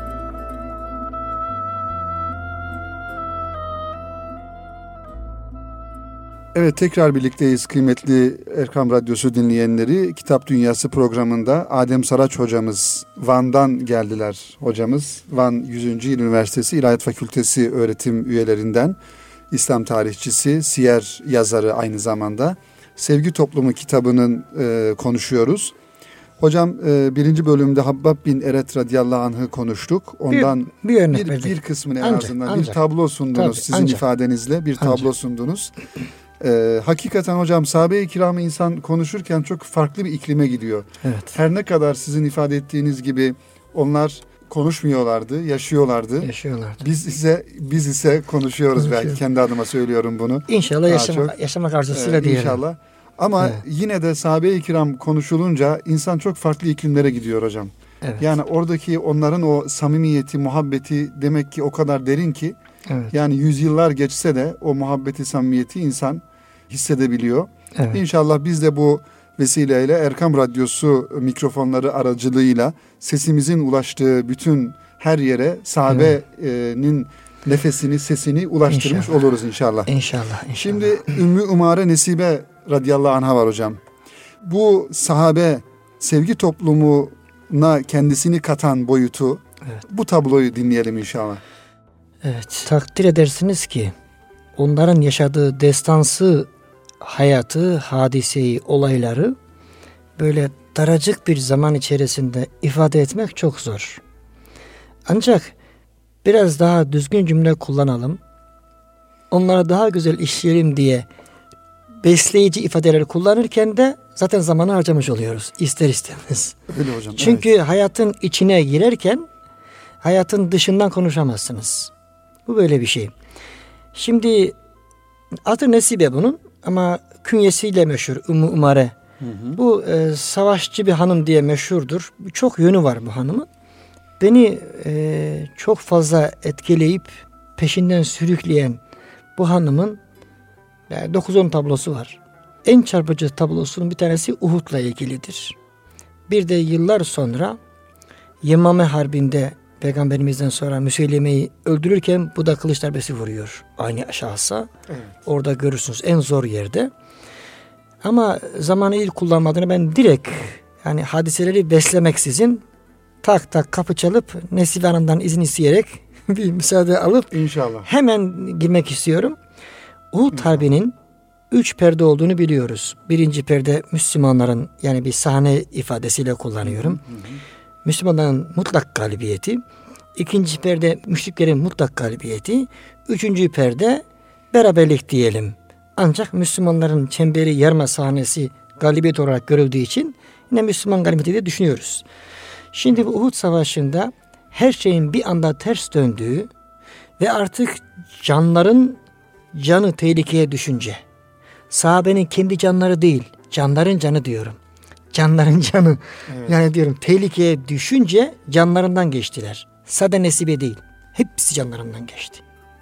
Evet, tekrar birlikteyiz kıymetli Erkam Radyosu dinleyenleri. Kitap Dünyası programında Adem Saraç hocamız, Van'dan geldiler hocamız. Van yüzüncü Yıl Üniversitesi İlahiyat Fakültesi öğretim üyelerinden, İslam tarihçisi, siyer yazarı aynı zamanda. Sevgi Toplumu kitabının e, konuşuyoruz. Hocam e, birinci bölümde Habbab bin Eret radıyallahu anh'ı konuştuk. Ondan bir, bir, örnek bir, bir kısmını en azından ancak, bir tablo sundunuz. Tabii, sizin ancak, ifadenizle bir tablo ancak. sundunuz. E, hakikaten hocam sahabe-i kiramı insan konuşurken çok farklı bir iklime gidiyor. Evet. Her ne kadar sizin ifade ettiğiniz gibi onlar konuşmuyorlardı, yaşıyorlardı. Yaşıyorlardı. Biz ise biz ise konuşuyoruz belki. Kendi adıma söylüyorum bunu. İnşallah yaşama, yaşamak arzusuyla ee, diyelim. İnşallah. Ama evet. yine de sahabe-i kiram konuşulunca insan çok farklı iklimlere gidiyor hocam. Evet. Yani oradaki onların o samimiyeti, muhabbeti demek ki o kadar derin ki evet. yani yüzyıllar geçse de o muhabbeti, samimiyeti insan hissedebiliyor. Evet. İnşallah biz de bu vesileyle Erkam Radyosu mikrofonları aracılığıyla sesimizin ulaştığı bütün her yere sahabenin evet. nefesini, sesini ulaştırmış inşallah. oluruz inşallah. İnşallah, inşallah. Şimdi Ümmü Ümare Nesibe radıyallahu anha var hocam. Bu sahabe sevgi toplumuna kendisini katan boyutu, evet. bu tabloyu dinleyelim inşallah. Evet, takdir edersiniz ki onların yaşadığı destansı hayatı, hadiseyi, olayları böyle daracık bir zaman içerisinde ifade etmek çok zor. Ancak biraz daha düzgün cümle kullanalım. Onlara daha güzel işleyelim diye besleyici ifadeleri kullanırken de zaten zamanı harcamış oluyoruz ister istemez. Öyle hocam. Çünkü evet. hayatın içine girerken hayatın dışından konuşamazsınız. Bu böyle bir şey. Şimdi adı Nesibe bunun ama künyesiyle meşhur Ümmü Ümare. Hı hı. Bu e, savaşçı bir hanım diye meşhurdur. Çok yönü var bu hanımın. Beni e, çok fazla etkileyip peşinden sürükleyen bu hanımın yani dokuz on tablosu var. en çarpıcı tablosunun bir tanesi Uhud'la ilgilidir. Bir de yıllar sonra Yemame Harbi'nde Peygamberimizden sonra Müseyleme'yi öldürürken bu da kılıç darbesi vuruyor aynı şahsa. Evet. Orada görürsünüz en zor yerde. Ama zamanı iyi kullanmadığını ben direkt yani hadiseleri beslemeksizin tak tak kapı çalıp Nesibe Hanım'dan izin isteyerek bir müsaade alıp İnşallah. hemen girmek istiyorum. Uhud Harbi'nin üç perde olduğunu biliyoruz. Birinci perde Müslümanların yani bir sahne ifadesiyle kullanıyorum. Hı hı. Müslümanların mutlak galibiyeti. İkinci perde müşriklerin mutlak galibiyeti. Üçüncü perde beraberlik diyelim. Ancak Müslümanların çemberi yarma sahnesi galibiyet olarak görüldüğü için yine Müslüman galibiyeti diye düşünüyoruz. Şimdi bu Uhud Savaşı'nda her şeyin bir anda ters döndüğü ve artık canların canı tehlikeye düşünce, sahabenin kendi canları değil, canların canı diyorum. Canların canı. Evet. Yani diyorum tehlikeye düşünce canlarından geçtiler. Sade Nesibe değil. Hepsi canlarından geçti.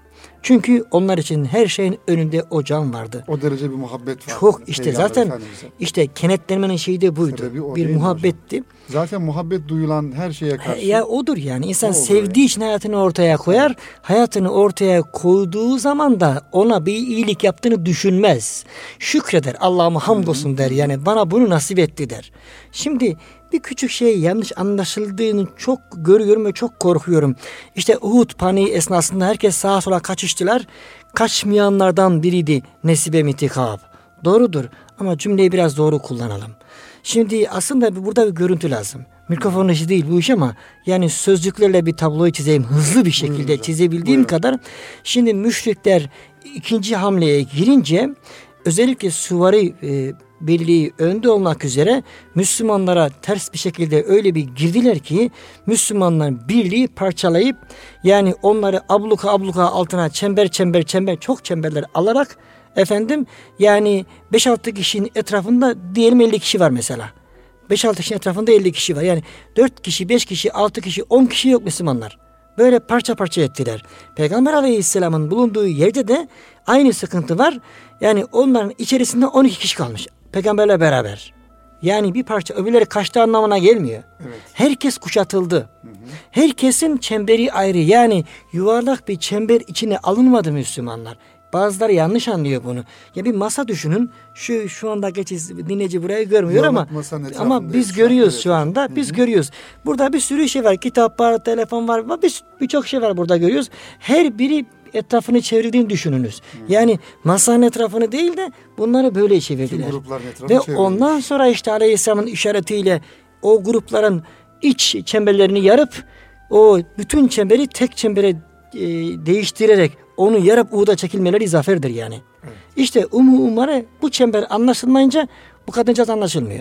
Çünkü onlar için her şeyin önünde o can vardı. O derece bir muhabbet var. Çok işte zaten işte kenetlenmenin şeyi de buydu. Bir muhabbetti. Zaten muhabbet duyulan her şeye karşı. Ya odur yani insan sevdiği yani. için hayatını ortaya koyar. Evet. Hayatını ortaya koyduğu zaman da ona bir iyilik yaptığını düşünmez. Şükreder. Allah'ıma hamdolsun der. Yani bana bunu nasip etti der. Şimdi bir küçük şey yanlış anlaşıldığını çok görüyorum ve çok korkuyorum. İşte Uhud paniği esnasında herkes sağa sola kaçıştılar. Kaçmayanlardan biriydi Nesibe binti Ka'b. Doğrudur ama cümleyi biraz doğru kullanalım. Şimdi aslında burada bir görüntü lazım. Mikrofonun işi değil bu iş ama yani sözcüklerle bir tabloyu çizeyim. Hızlı bir şekilde Buyurun. çizebildiğim Buyurun. kadar. Şimdi müşrikler ikinci hamleye girince özellikle Süvari e, Birliği önde olmak üzere Müslümanlara ters bir şekilde öyle bir girdiler ki Müslümanlar birliği parçalayıp yani onları abluka abluka altına çember çember çember çok çemberler alarak efendim yani beş altı kişinin etrafında diyelim elli kişi var mesela. beş altı kişinin etrafında elli kişi var. Yani dört kişi, beş kişi, altı kişi, on kişi yok Müslümanlar. Böyle parça parça ettiler. Peygamber Aleyhisselam'ın bulunduğu yerde de aynı sıkıntı var. Yani onların içerisinde on iki kişi kalmış. Peygamberle beraber. Yani bir parça öbürleri kaçtı anlamına gelmiyor. Evet. Herkes kuşatıldı. Hı hı. Herkesin çemberi ayrı. Yani yuvarlak bir çember içine alınmadı Müslümanlar. Bazıları yanlış anlıyor bunu. Ya bir masa düşünün. Şu şu anda geçiz dinleyici burayı görmüyor yuvarlak ama ama biz görüyoruz evet. şu anda. Biz Hı-hı. görüyoruz. Burada bir sürü şey var. Kitap var, telefon var. Bir birçok şey var burada görüyoruz. Her biri etrafını çevirdiğini düşününüz. Hı. Yani masanın etrafını değil de bunları böyle çevirdiler. Ve çevirmiş. Ondan sonra işte Aleyhisselam'ın işaretiyle o grupların iç çemberlerini yarıp o bütün çemberi tek çembere e, değiştirerek onu yarıp Uhud'a çekilmeleri zaferdir yani. Evet. İşte umu umare bu çember anlaşılmayınca bu kadıncağız anlaşılmıyor.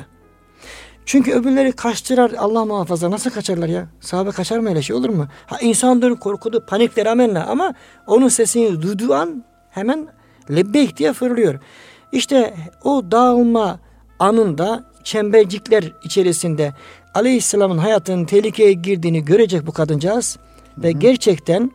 Çünkü öbürleri kaçtılar Allah muhafaza nasıl kaçarlar ya? Sahabe kaçar mı öyle şey olur mu? Ha insanların korkudu panikler amenna ama onun sesini duyduğu an hemen lebbeyk diye fırlıyor. İşte o dağılma anında çembercikler içerisinde Aleyhisselam'ın hayatının tehlikeye girdiğini görecek bu kadıncağız. Hı hı. Ve gerçekten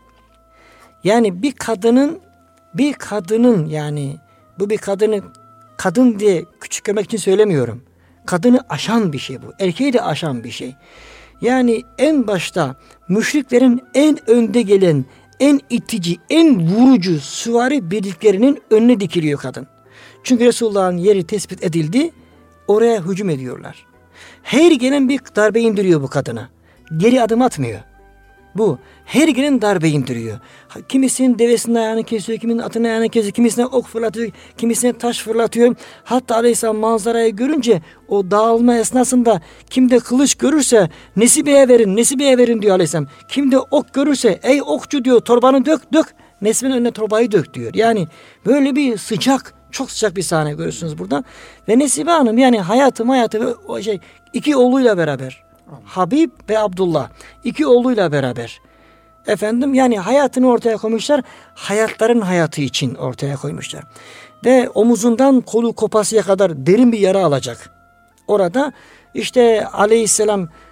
yani bir kadının bir kadının yani bu bir kadını kadın diye küçük görmek için söylemiyorum. Kadını aşan bir şey bu. Erkeği de aşan bir şey. Yani en başta müşriklerin en önde gelen, en itici, en vurucu süvari birliklerinin önüne dikiliyor kadın. Çünkü Resulullah'ın yeri tespit edildi. Oraya hücum ediyorlar. Her gelen bir darbe indiriyor bu kadına. Geri adım atmıyor. Bu. Her gelen darbe indiriyor. Kimisinin devesinin ayağını kesiyor, kimisinin atının ayağını kesiyor, kimisine ok fırlatıyor, kimisine taş fırlatıyor. Hatta Aleyhisselam manzarayı görünce o dağılma esnasında kimde kılıç görürse Nesibe'ye verin, Nesibe'ye verin diyor Aleyhisselam. Kimde ok görürse ey okçu diyor torbanı dök dök, Nesibe'nin önüne torbayı dök diyor. Yani böyle bir sıcak, çok sıcak bir sahne görüyorsunuz burada. Ve Nesibe Hanım yani hayatı hayatı o şey iki oğluyla beraber. Habib ve Abdullah iki oğluyla beraber efendim yani hayatını ortaya koymuşlar, hayatların hayatı için ortaya koymuşlar ve omuzundan kolu kopasıya kadar derin bir yara alacak. Orada işte Aleyhisselam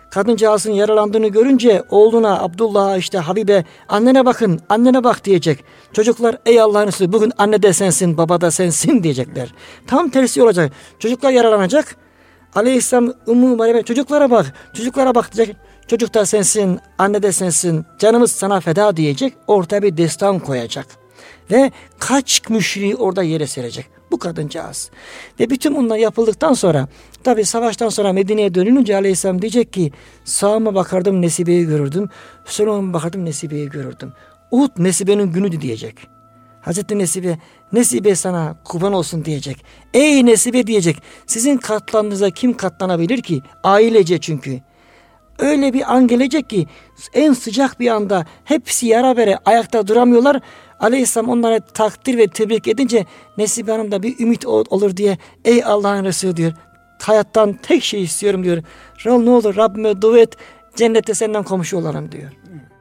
kadıncağızın yaralandığını görünce oğluna Abdullah'a işte Habibe annene bakın annene bak diyecek. Çocuklar ey Allah'ın Resulü bugün anne de sensin baba da sensin diyecekler. Tam tersi olacak. Çocuklar yaralanacak. Aleyhisselam Ümmü Meryem'e çocuklara bak çocuklara bak diyecek. Çocuk da sensin anne de sensin canımız sana feda diyecek. Ortaya bir destan koyacak. Ve kaç müşriği orada yere serecek. Bu kadıncağız. Ve bütün bunlar yapıldıktan sonra tabi savaştan sonra Medine'ye dönünce Aleyhisselam diyecek ki sağıma bakardım Nesibe'yi görürdüm. Soluma bakardım Nesibe'yi görürdüm. Uhud Nesibe'nin günüdü diyecek. Hazreti Nesibe, Nesibe sana kurban olsun diyecek. Ey Nesibe diyecek. Sizin katlarınıza kim katlanabilir ki? Ailece çünkü. Öyle bir an gelecek ki en sıcak bir anda hepsi yara bere ayakta duramıyorlar. Aleyhisselam onlara takdir ve tebrik edince Nesibe Hanım da bir ümit olur diye ey Allah'ın Resulü diyor. Hayattan tek şey istiyorum diyor. Rol ne olur Rabbime dua et cennette senden komşu olalım diyor.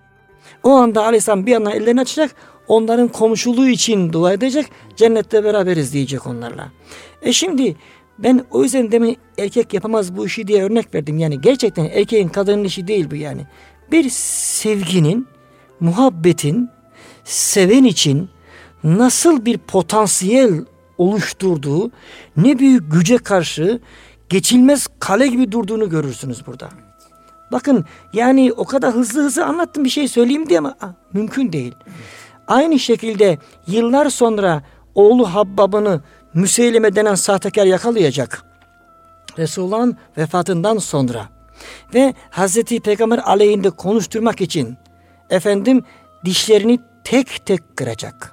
O anda Aleyhisselam bir yandan ellerini açacak. Onların komşuluğu için dua edecek. Cennette beraberiz diyecek onlarla. E şimdi ben o yüzden demin erkek yapamaz bu işi diye örnek verdim. Yani gerçekten erkeğin kadının işi değil bu yani. Bir sevginin, muhabbetin, seven için nasıl bir potansiyel oluşturduğu, ne büyük güce karşı geçilmez kale gibi durduğunu görürsünüz burada. Bakın yani o kadar hızlı hızlı anlattım bir şey söyleyeyim diye ama ah, mümkün değil. Aynı şekilde yıllar sonra oğlu Habbab'ını Müseyleme denen sahtekar yakalayacak. Resulullah'ın vefatından sonra. Ve Hazreti Peygamber aleyhinde konuşturmak için efendim dişlerini tek tek kıracak.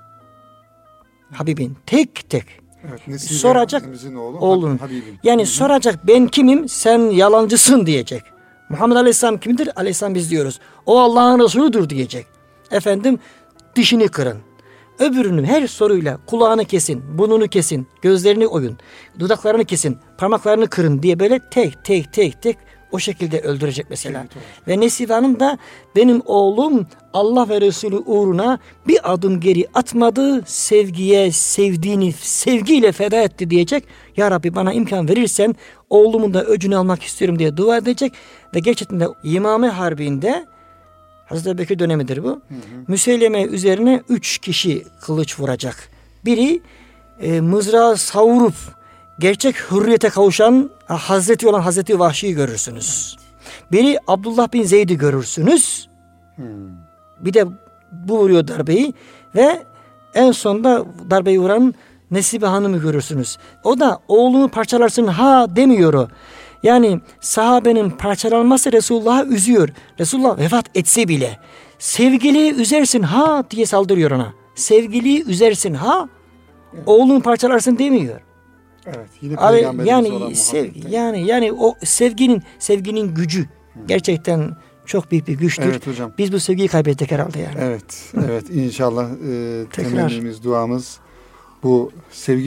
Habibin tek tek. Evet, soracak oğlu, oğlunun. Habibim. Yani Hı-hı. soracak ben kimim sen yalancısın diyecek. Muhammed Aleyhisselam kimdir? Aleyhisselam biz diyoruz. O Allah'ın Resulüdür diyecek. Efendim dişini kırın. Öbürünün her soruyla kulağını kesin, burnunu kesin, gözlerini oyun, dudaklarını kesin, parmaklarını kırın diye böyle tek tek tek tek o şekilde öldürecek mesela. Evet, evet. Ve Nesibe Hanım da benim oğlum Allah ve Resulü uğruna bir adım geri atmadı, sevgiye, sevdiğini sevgiyle feda etti diyecek. Ya Rabbi bana imkan verirsen oğlumun da öcünü almak istiyorum diye dua edecek. Ve gerçekten de İmame Harbi'nde Hazreti Ebubekir dönemidir bu. Hı hı. Müseyleme üzerine üç kişi kılıç vuracak. Biri e, mızrağı savurup gerçek hürriyete kavuşan Hazreti olan Hazreti Vahşi'yi görürsünüz. Biri Abdullah bin Zeyd'i görürsünüz. Hmm. Bir de bu vuruyor darbeyi ve en sonunda darbeyi vuran Nesibe Hanım'ı görürsünüz. O da oğlunu parçalarsın ha demiyor o. Yani sahabenin parçalanması Resulullah'ı üzüyor. Resulullah vefat etse bile sevgiliyi üzersin ha diye saldırıyor ona. Sevgiliyi üzersin ha evet. Oğlunu parçalarsın demiyor. Evet, yine peygamberimiz yani olan sevgi yani yani o sevginin sevginin gücü Hı. gerçekten çok büyük bir güçtür. Evet hocam. Biz bu sevgiyi kaybettik herhalde yani. Evet, evet inşallah e, temennimiz, duamız bu sevgi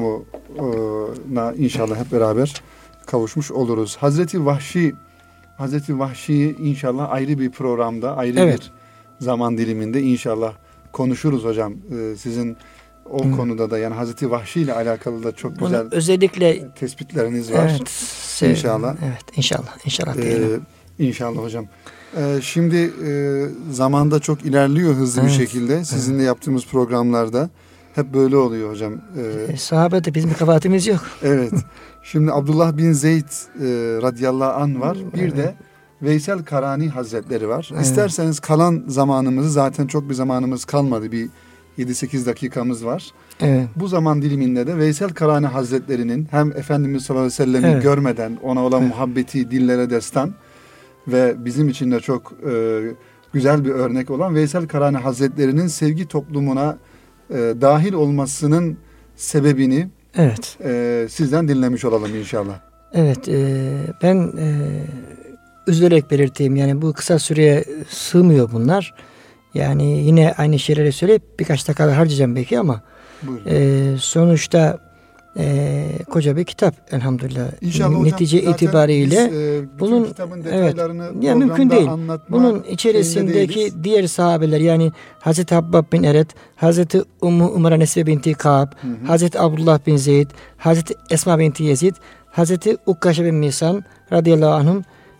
toplumuna inşallah hep beraber kavuşmuş oluruz. Hazreti Vahşi Hazreti Vahşi'yi inşallah ayrı bir programda, ayrı evet. bir zaman diliminde inşallah konuşuruz hocam. Ee, sizin o hmm. konuda da yani Hazreti Vahşi ile alakalı da çok güzel Bunu özellikle tespitleriniz var. Evet. Sev, inşallah. Evet, inşallah. İnşallah diyelim. Ee, inşallah hocam. Ee, şimdi e, zamanda çok ilerliyor hızlı evet. bir şekilde. Sizinle evet. yaptığımız programlarda hep böyle oluyor hocam. Ee, e, sahabede bizim bir kabahatimiz yok. Evet. Şimdi Abdullah bin Zeyd e, radıyallahu anh var. Bir evet. de Veysel Karani Hazretleri var. Evet. İsterseniz kalan zamanımızı zaten çok bir zamanımız kalmadı. Bir yedi sekiz dakikamız var. Evet. Bu zaman diliminde de Veysel Karani Hazretleri'nin hem Efendimiz sallallahu aleyhi ve sellem'i evet. görmeden ona olan evet. muhabbeti dillere destan ve bizim için de çok e, güzel bir örnek olan Veysel Karani Hazretleri'nin sevgi toplumuna e, dahil olmasının sebebini evet. e, sizden dinlemiş olalım inşallah. Evet, e, ben e, üzülerek belirteyim yani bu kısa süreye sığmıyor bunlar. Yani yine aynı şeyleri söyleyip birkaç dakika harcayacağım belki ama e, sonuçta e, koca bir kitap elhamdülillah. İnşallah netice hocam, itibariyle biz, e, bunun evet ya mümkün değil. Bunun içerisindeki diğer sahabeler yani Hazreti Habbab bin Eret, Hazreti Ummu Umara Nesibe binti Ka'b, hı hı. Hazreti Abdullah bin Zeyd, Hazreti Esma binti Yezid, Hazreti Ukkaşe bin Misan radıyallahu anhum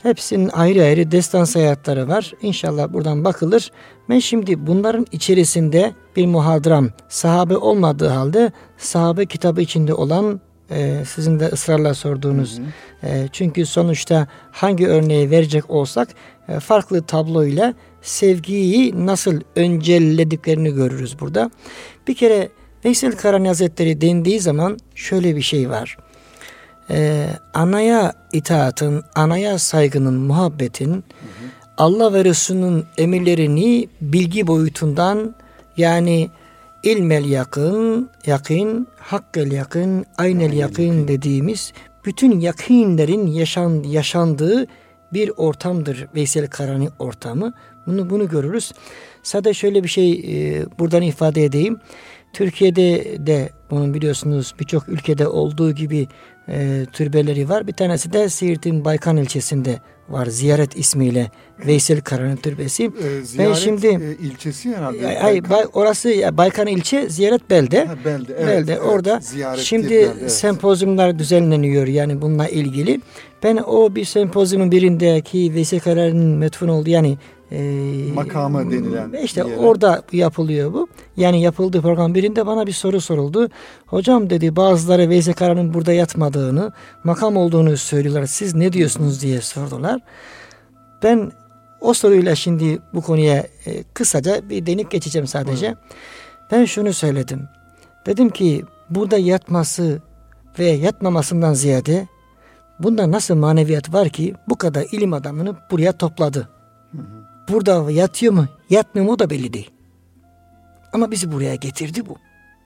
Hepsinin ayrı ayrı destans hayatları var. İnşallah buradan bakılır. Ben şimdi bunların içerisinde bir muhadram, sahabe olmadığı halde sahabe kitabı içinde olan, e, sizin de ısrarla sorduğunuz, hı hı. E, çünkü sonuçta hangi örneği verecek olsak e, farklı tabloyla sevgiyi nasıl öncellediklerini görürüz burada. Bir kere Veysel Karani Hazretleri dendiği zaman şöyle bir şey var. Ee, anaya itaatın, anaya saygının, muhabbetin, hı hı. Allah ve Resulünün emirlerini bilgi boyutundan, yani ilmel yakın, yakın, hakkel yakın, aynel yakın dediğimiz bütün yakînlerin yaşan, yaşandığı bir ortamdır Veysel Karani ortamı. Bunu bunu görürüz. Sadece şöyle bir şey e, buradan ifade edeyim. Türkiye'de de bunun biliyorsunuz birçok ülkede olduğu gibi e, türbeleri var. Bir tanesi de Siirt'in Baykan ilçesinde var. Ziyaret ismiyle Veysel Karani Türbesi. E, ziyaret ben şimdi e, ilçesi herhalde. Hayır, bay, orası Baykan ilçe, Ziyaret belde. Ha, belde, evet, belde. Evet, orada şimdi belde, evet. sempozyumlar düzenleniyor yani bununla ilgili. Ben o bir sempozyumun birindeki Veysel Karani'nin metfun olduğu, yani Ee, makamı denilen işte yere. Orada yapılıyor bu. Yani yapıldığı program birinde bana bir soru soruldu. Hocam dedi, bazıları Veysel Karani'nin burada yatmadığını, makam olduğunu söylüyorlar. Siz ne diyorsunuz diye sordular. Ben o soruyla şimdi bu konuya e, kısaca bir denip geçeceğim sadece. Hı. Ben şunu söyledim. Dedim ki burada yatması ve yatmamasından ziyade bunda nasıl maneviyat var ki bu kadar ilim adamını buraya topladı. Hı hı. Burada yatıyor mu, yatmıyor mu o da belli değil. Ama bizi buraya getirdi bu.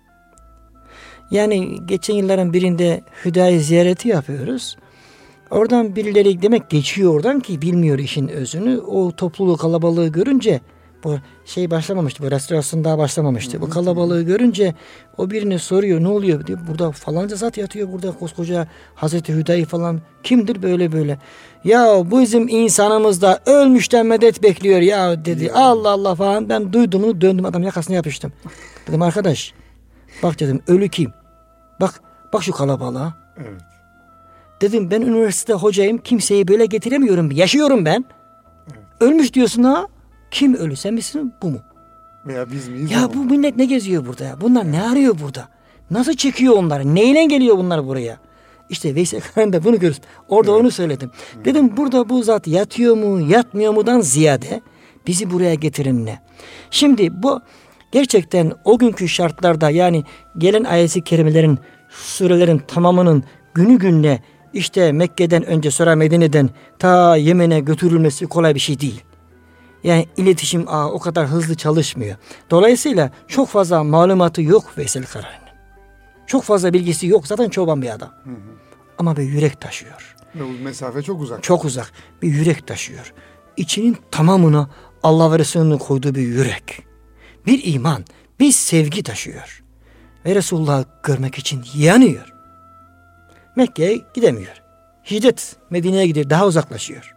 Yani geçen yılların birinde Hüdayi ziyareti yapıyoruz. Oradan birileri demek geçiyor oradan ki bilmiyor işin özünü. O topluluğu, kalabalığı görünce, bu şey başlamamıştı, bu restorasyon daha başlamamıştı. Bu kalabalığı görünce o birini soruyor, ne oluyor diyor. Burada falanca zat yatıyor, burada koskoca Hazreti Hüdayi falan. Kimdir böyle böyle? Ya bu bizim insanımız da ölmüşten medet bekliyor ya dedi. Ya. Allah Allah falan. Ben duydum onu, döndüm adam yakasına yapıştım. Dedim arkadaş bak dedim, ölü kim? Bak bak şu kalabalığa. Evet. Dedim ben üniversitede hocayım, kimseyi böyle getiremiyorum. Yaşıyorum ben. Evet. Ölmüş diyorsun ha. Kim ölü, sen misin, bu mu? Veya biz miyiz? Ya bu millet ne geziyor burada ya? Bunlar ne arıyor burada? Nasıl çekiyor onları? Neyle geliyor bunlar buraya? İşte Veysel Karani'de bunu görürüz. Orada evet. onu söyledim. Evet. Dedim burada bu zat yatıyor mu, yatmıyor mudan ziyade bizi buraya getiren ne? Şimdi bu gerçekten o günkü şartlarda, yani gelen ayet-i kerimelerin, surelerin tamamının günü gününe işte Mekke'den önce sonra Medine'den ta Yemen'e götürülmesi kolay bir şey değil. Yani iletişim ağı o kadar hızlı çalışmıyor. Dolayısıyla çok fazla malumatı yok Veysel Karani'nin. Çok fazla bilgisi yok. Zaten çoban bir adam. Hı hı. Ama bir yürek taşıyor. Ve bu mesafe çok uzak. Çok uzak. Bir yürek taşıyor. İçinin tamamına Allah ve Resulü'nün koyduğu bir yürek. Bir iman, bir sevgi taşıyor. Ve Resulullah'ı görmek için yanıyor. Mekke'ye gidemiyor. Hicret Medine'ye gidiyor. Daha uzaklaşıyor.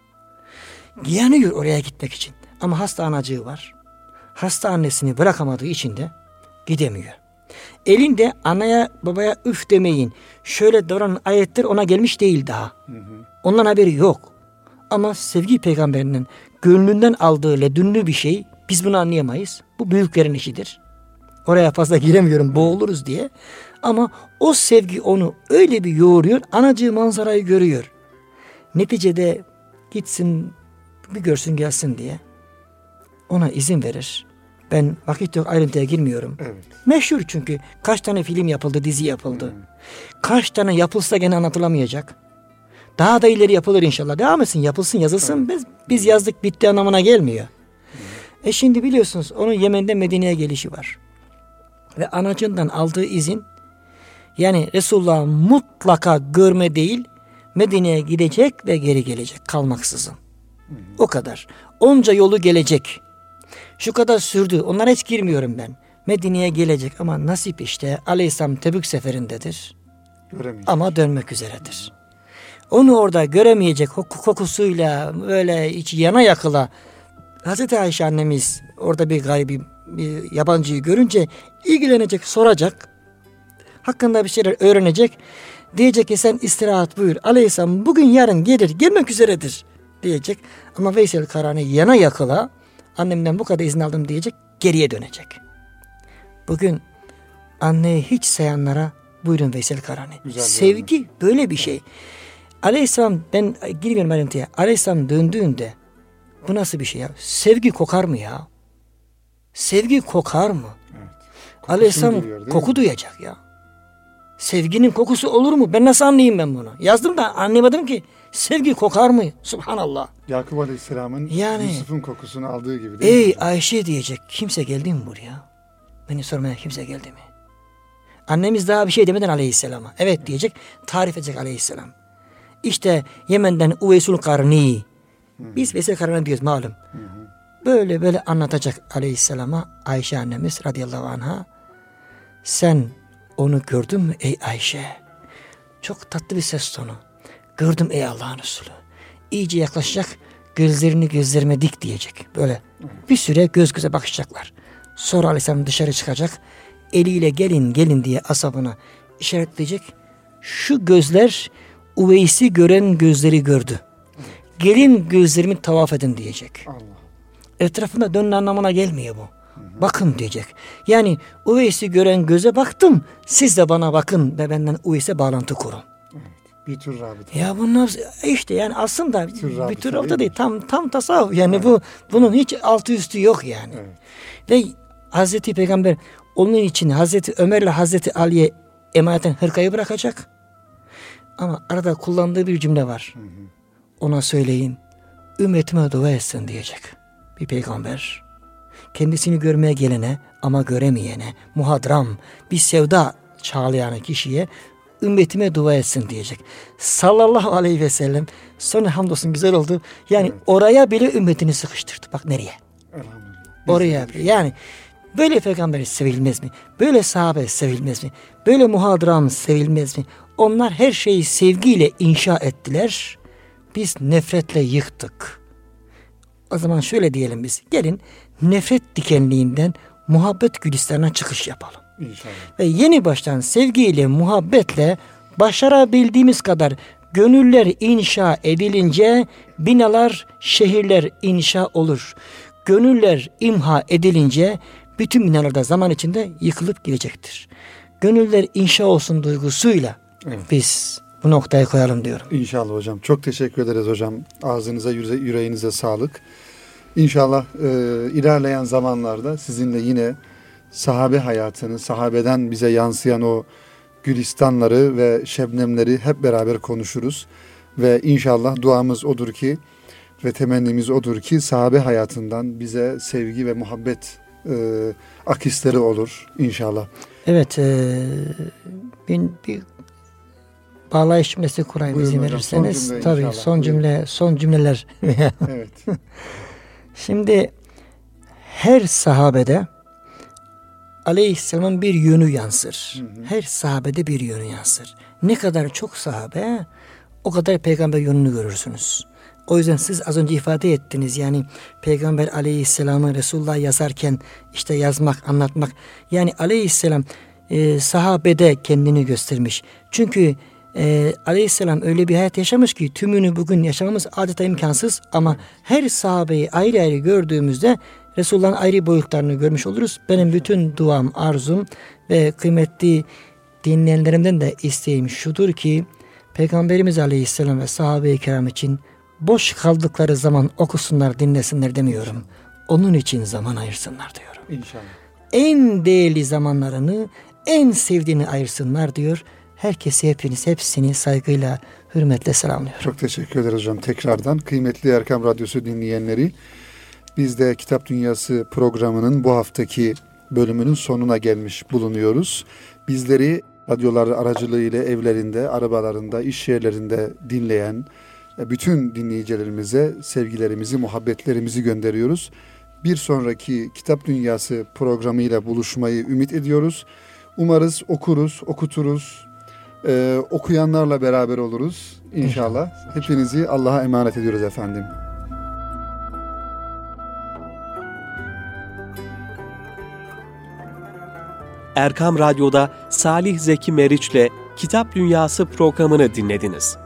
Yanıyor oraya gitmek için. Ama hasta anacığı var. Hasta annesini bırakamadığı için de gidemiyor. Elinde anaya babaya üf demeyin, şöyle davranan ayetler ona gelmiş değil daha. Hı hı. Ondan haberi yok. Ama sevgi peygamberinden gönlünden aldığı ledünlü bir şey, biz bunu anlayamayız. Bu büyüklerin işidir. Oraya fazla giremiyorum, boğuluruz diye. Ama o sevgi onu öyle bir yoğuruyor, anacığı manzarayı görüyor. Neticede gitsin bir görsün gelsin diye ona izin verir. Ben vakit yok, ayrıntıya girmiyorum. Evet. Meşhur çünkü. Kaç tane film yapıldı, dizi yapıldı. Hmm. Kaç tane yapılsa gene anlatılamayacak. Daha da ileri yapılır inşallah. Devam etsin, yapılsın, yazılsın. Evet. Biz, biz yazdık bitti anlamına gelmiyor. Hmm. E şimdi biliyorsunuz onun Yemen'den Medine'ye gelişi var. Ve anacından aldığı izin, yani Resulullah mutlaka görme değil, Medine'ye gidecek ve geri gelecek kalmaksızın. Hmm. O kadar. Onca yolu gelecek. Şu kadar sürdü. Onlara hiç girmiyorum ben. Medine'ye gelecek ama nasip işte. Aleyhisselam Tebük seferindedir. Ama dönmek üzeredir. Onu orada göremeyecek kokusuyla böyle hiç yana yakıla. Hazreti Ayşe annemiz orada bir garibi, bir yabancıyı görünce ilgilenecek, soracak. Hakkında bir şeyler öğrenecek. Diyecek ki sen istirahat buyur. Aleyhisselam bugün yarın gelir, gelmek üzeredir. diyecek. Ama Veysel Karani yana yakıla annemden bu kadar izin aldım diyecek, geriye dönecek. Bugün anneyi hiç sayanlara buyurun Veysel Karani. Güzel, sevgi yani. Böyle bir şey. Aleyhisselam, ben girmiyorum ayrıntıya. Aleyhisselam döndüğünde bu nasıl bir şey ya? Sevgi kokar mı ya? Sevgi kokar mı? Evet. Aleyhisselam duyuyor, koku mi? Duyacak ya. Sevginin kokusu olur mu? Ben nasıl anlayayım ben bunu? Yazdım da anlayamadım ki. Sevgi kokar mı? Subhanallah. Yakup Aleyhisselam'ın yani, Yusuf'un kokusunu aldığı gibi değil ey mi? Ey Ayşe diyecek. Kimse geldi mi buraya? Beni sormaya kimse geldi mi? Annemiz daha bir şey demeden Aleyhisselam'a. Evet diyecek. Tarif edecek Aleyhisselam. İşte Yemen'den Uveysul Karni. Biz Veysel Karni diyoruz malum. Hı hı. Böyle böyle anlatacak Aleyhisselam'a Ayşe annemiz radıyallahu anha. Sen onu gördün mü ey Ayşe? Çok tatlı bir ses tonu. Gördüm ey Allah'ın Resulü. İyice yaklaşacak, gözlerini gözlerime dik diyecek. Böyle bir süre göz göze bakışacaklar. Sonra Aleyhisselam dışarı çıkacak. Eliyle gelin gelin diye asabına işaretleyecek. Şu gözler Uveys'i gören gözleri gördü. Gelin gözlerimi tavaf edin diyecek. Allah. Etrafında dönün anlamına gelmiyor bu. Hı hı. Bakın diyecek. Yani Uveys'i gören göze baktım. Siz de bana bakın ve benden Uveys'e bağlantı kurun. Evet, bir tür rabıta. Ya bunlar işte yani aslında bir tür, bir tür rabıta değil. Tam tam tasavvuf. Yani evet. bu bunun hiç altı üstü yok yani. Evet. Ve Hazreti Peygamber onun için Hazreti Ömer'le Hazreti Ali'ye emaneten hırkayı bırakacak. Ama arada kullandığı bir cümle var. Hı hı. Ona söyleyin, ümmetime dua etsin diyecek bir peygamber. Kendisini görmeye gelene ama göremeyene, muhadram, bir sevda çağlayan kişiye ümmetime dua etsin diyecek. Sallallahu aleyhi ve sellem. Sonra hamdolsun güzel oldu. Yani evet. Oraya bile ümmetini sıkıştırdı. Bak nereye? Oraya bile. Yani böyle peygamber sevilmez mi? Böyle sahabe sevilmez mi? Böyle muhadram sevilmez mi? Onlar her şeyi sevgiyle inşa ettiler. Biz nefretle yıktık. O zaman şöyle diyelim biz. Gelin nefret dikenliğinden muhabbet gülistanına çıkış yapalım. İnşallah. Ve yeni baştan sevgiyle, muhabbetle başarabildiğimiz kadar gönüller inşa edilince binalar, şehirler inşa olur. Gönüller imha edilince bütün binalar da zaman içinde yıkılıp gidecektir. Gönüller inşa olsun duygusuyla evet. Biz bu noktaya koyalım diyorum. İnşallah hocam. Çok teşekkür ederiz hocam. Ağzınıza, yüreğinize sağlık. İnşallah e, ilerleyen zamanlarda sizinle yine sahabe hayatını, sahabeden bize yansıyan o gülistanları ve şebnemleri hep beraber konuşuruz. Ve inşallah duamız odur ki ve temennimiz odur ki sahabe hayatından bize sevgi ve muhabbet e, akisleri olur inşallah. Evet. E, bin, bir bağlayış cümlesi kurayım izin verirseniz. Son Tabii inşallah. son cümle, Buyurun. son cümleler. Evet. Şimdi her sahabede Aleyhisselam'ın bir yönü yansır. Hı hı. Her sahabede bir yönü yansır. Ne kadar çok sahabe o kadar peygamber yönünü görürsünüz. O yüzden siz az önce ifade ettiniz yani Peygamber Aleyhisselam'ı Resulullah yazarken işte yazmak, anlatmak. Yani Aleyhisselam e, sahabede kendini göstermiş. Çünkü e, Aleyhisselam öyle bir hayat yaşamış ki tümünü bugün yaşamamız adeta imkansız. Ama her sahabeyi ayrı ayrı gördüğümüzde Resulullah'ın ayrı boyutlarını görmüş oluruz. Benim bütün duam, arzum ve kıymetli dinleyenlerimden de isteğim şudur ki Peygamberimiz Aleyhisselam ve sahabe-i kiram için boş kaldıkları zaman okusunlar, dinlesinler demiyorum. Onun için zaman ayırsınlar diyorum. İnşallah. En değerli zamanlarını, en sevdiğini ayırsınlar diyor. Herkesi, hepiniz, hepsini saygıyla, hürmetle selamlıyorum. Çok teşekkür ederiz hocam tekrardan. Kıymetli Erkam Radyosu dinleyenleri, biz de Kitap Dünyası programının bu haftaki bölümünün sonuna gelmiş bulunuyoruz. Bizleri radyolar aracılığıyla evlerinde, arabalarında, iş yerlerinde dinleyen bütün dinleyicilerimize sevgilerimizi, muhabbetlerimizi gönderiyoruz. Bir sonraki Kitap Dünyası programıyla buluşmayı ümit ediyoruz. Umarız okuruz, okuturuz, e, okuyanlarla beraber oluruz inşallah. Hepinizi Allah'a emanet ediyoruz efendim. Erkam Radyo'da Salih Zeki Meriç'le Kitap Dünyası programını dinlediniz.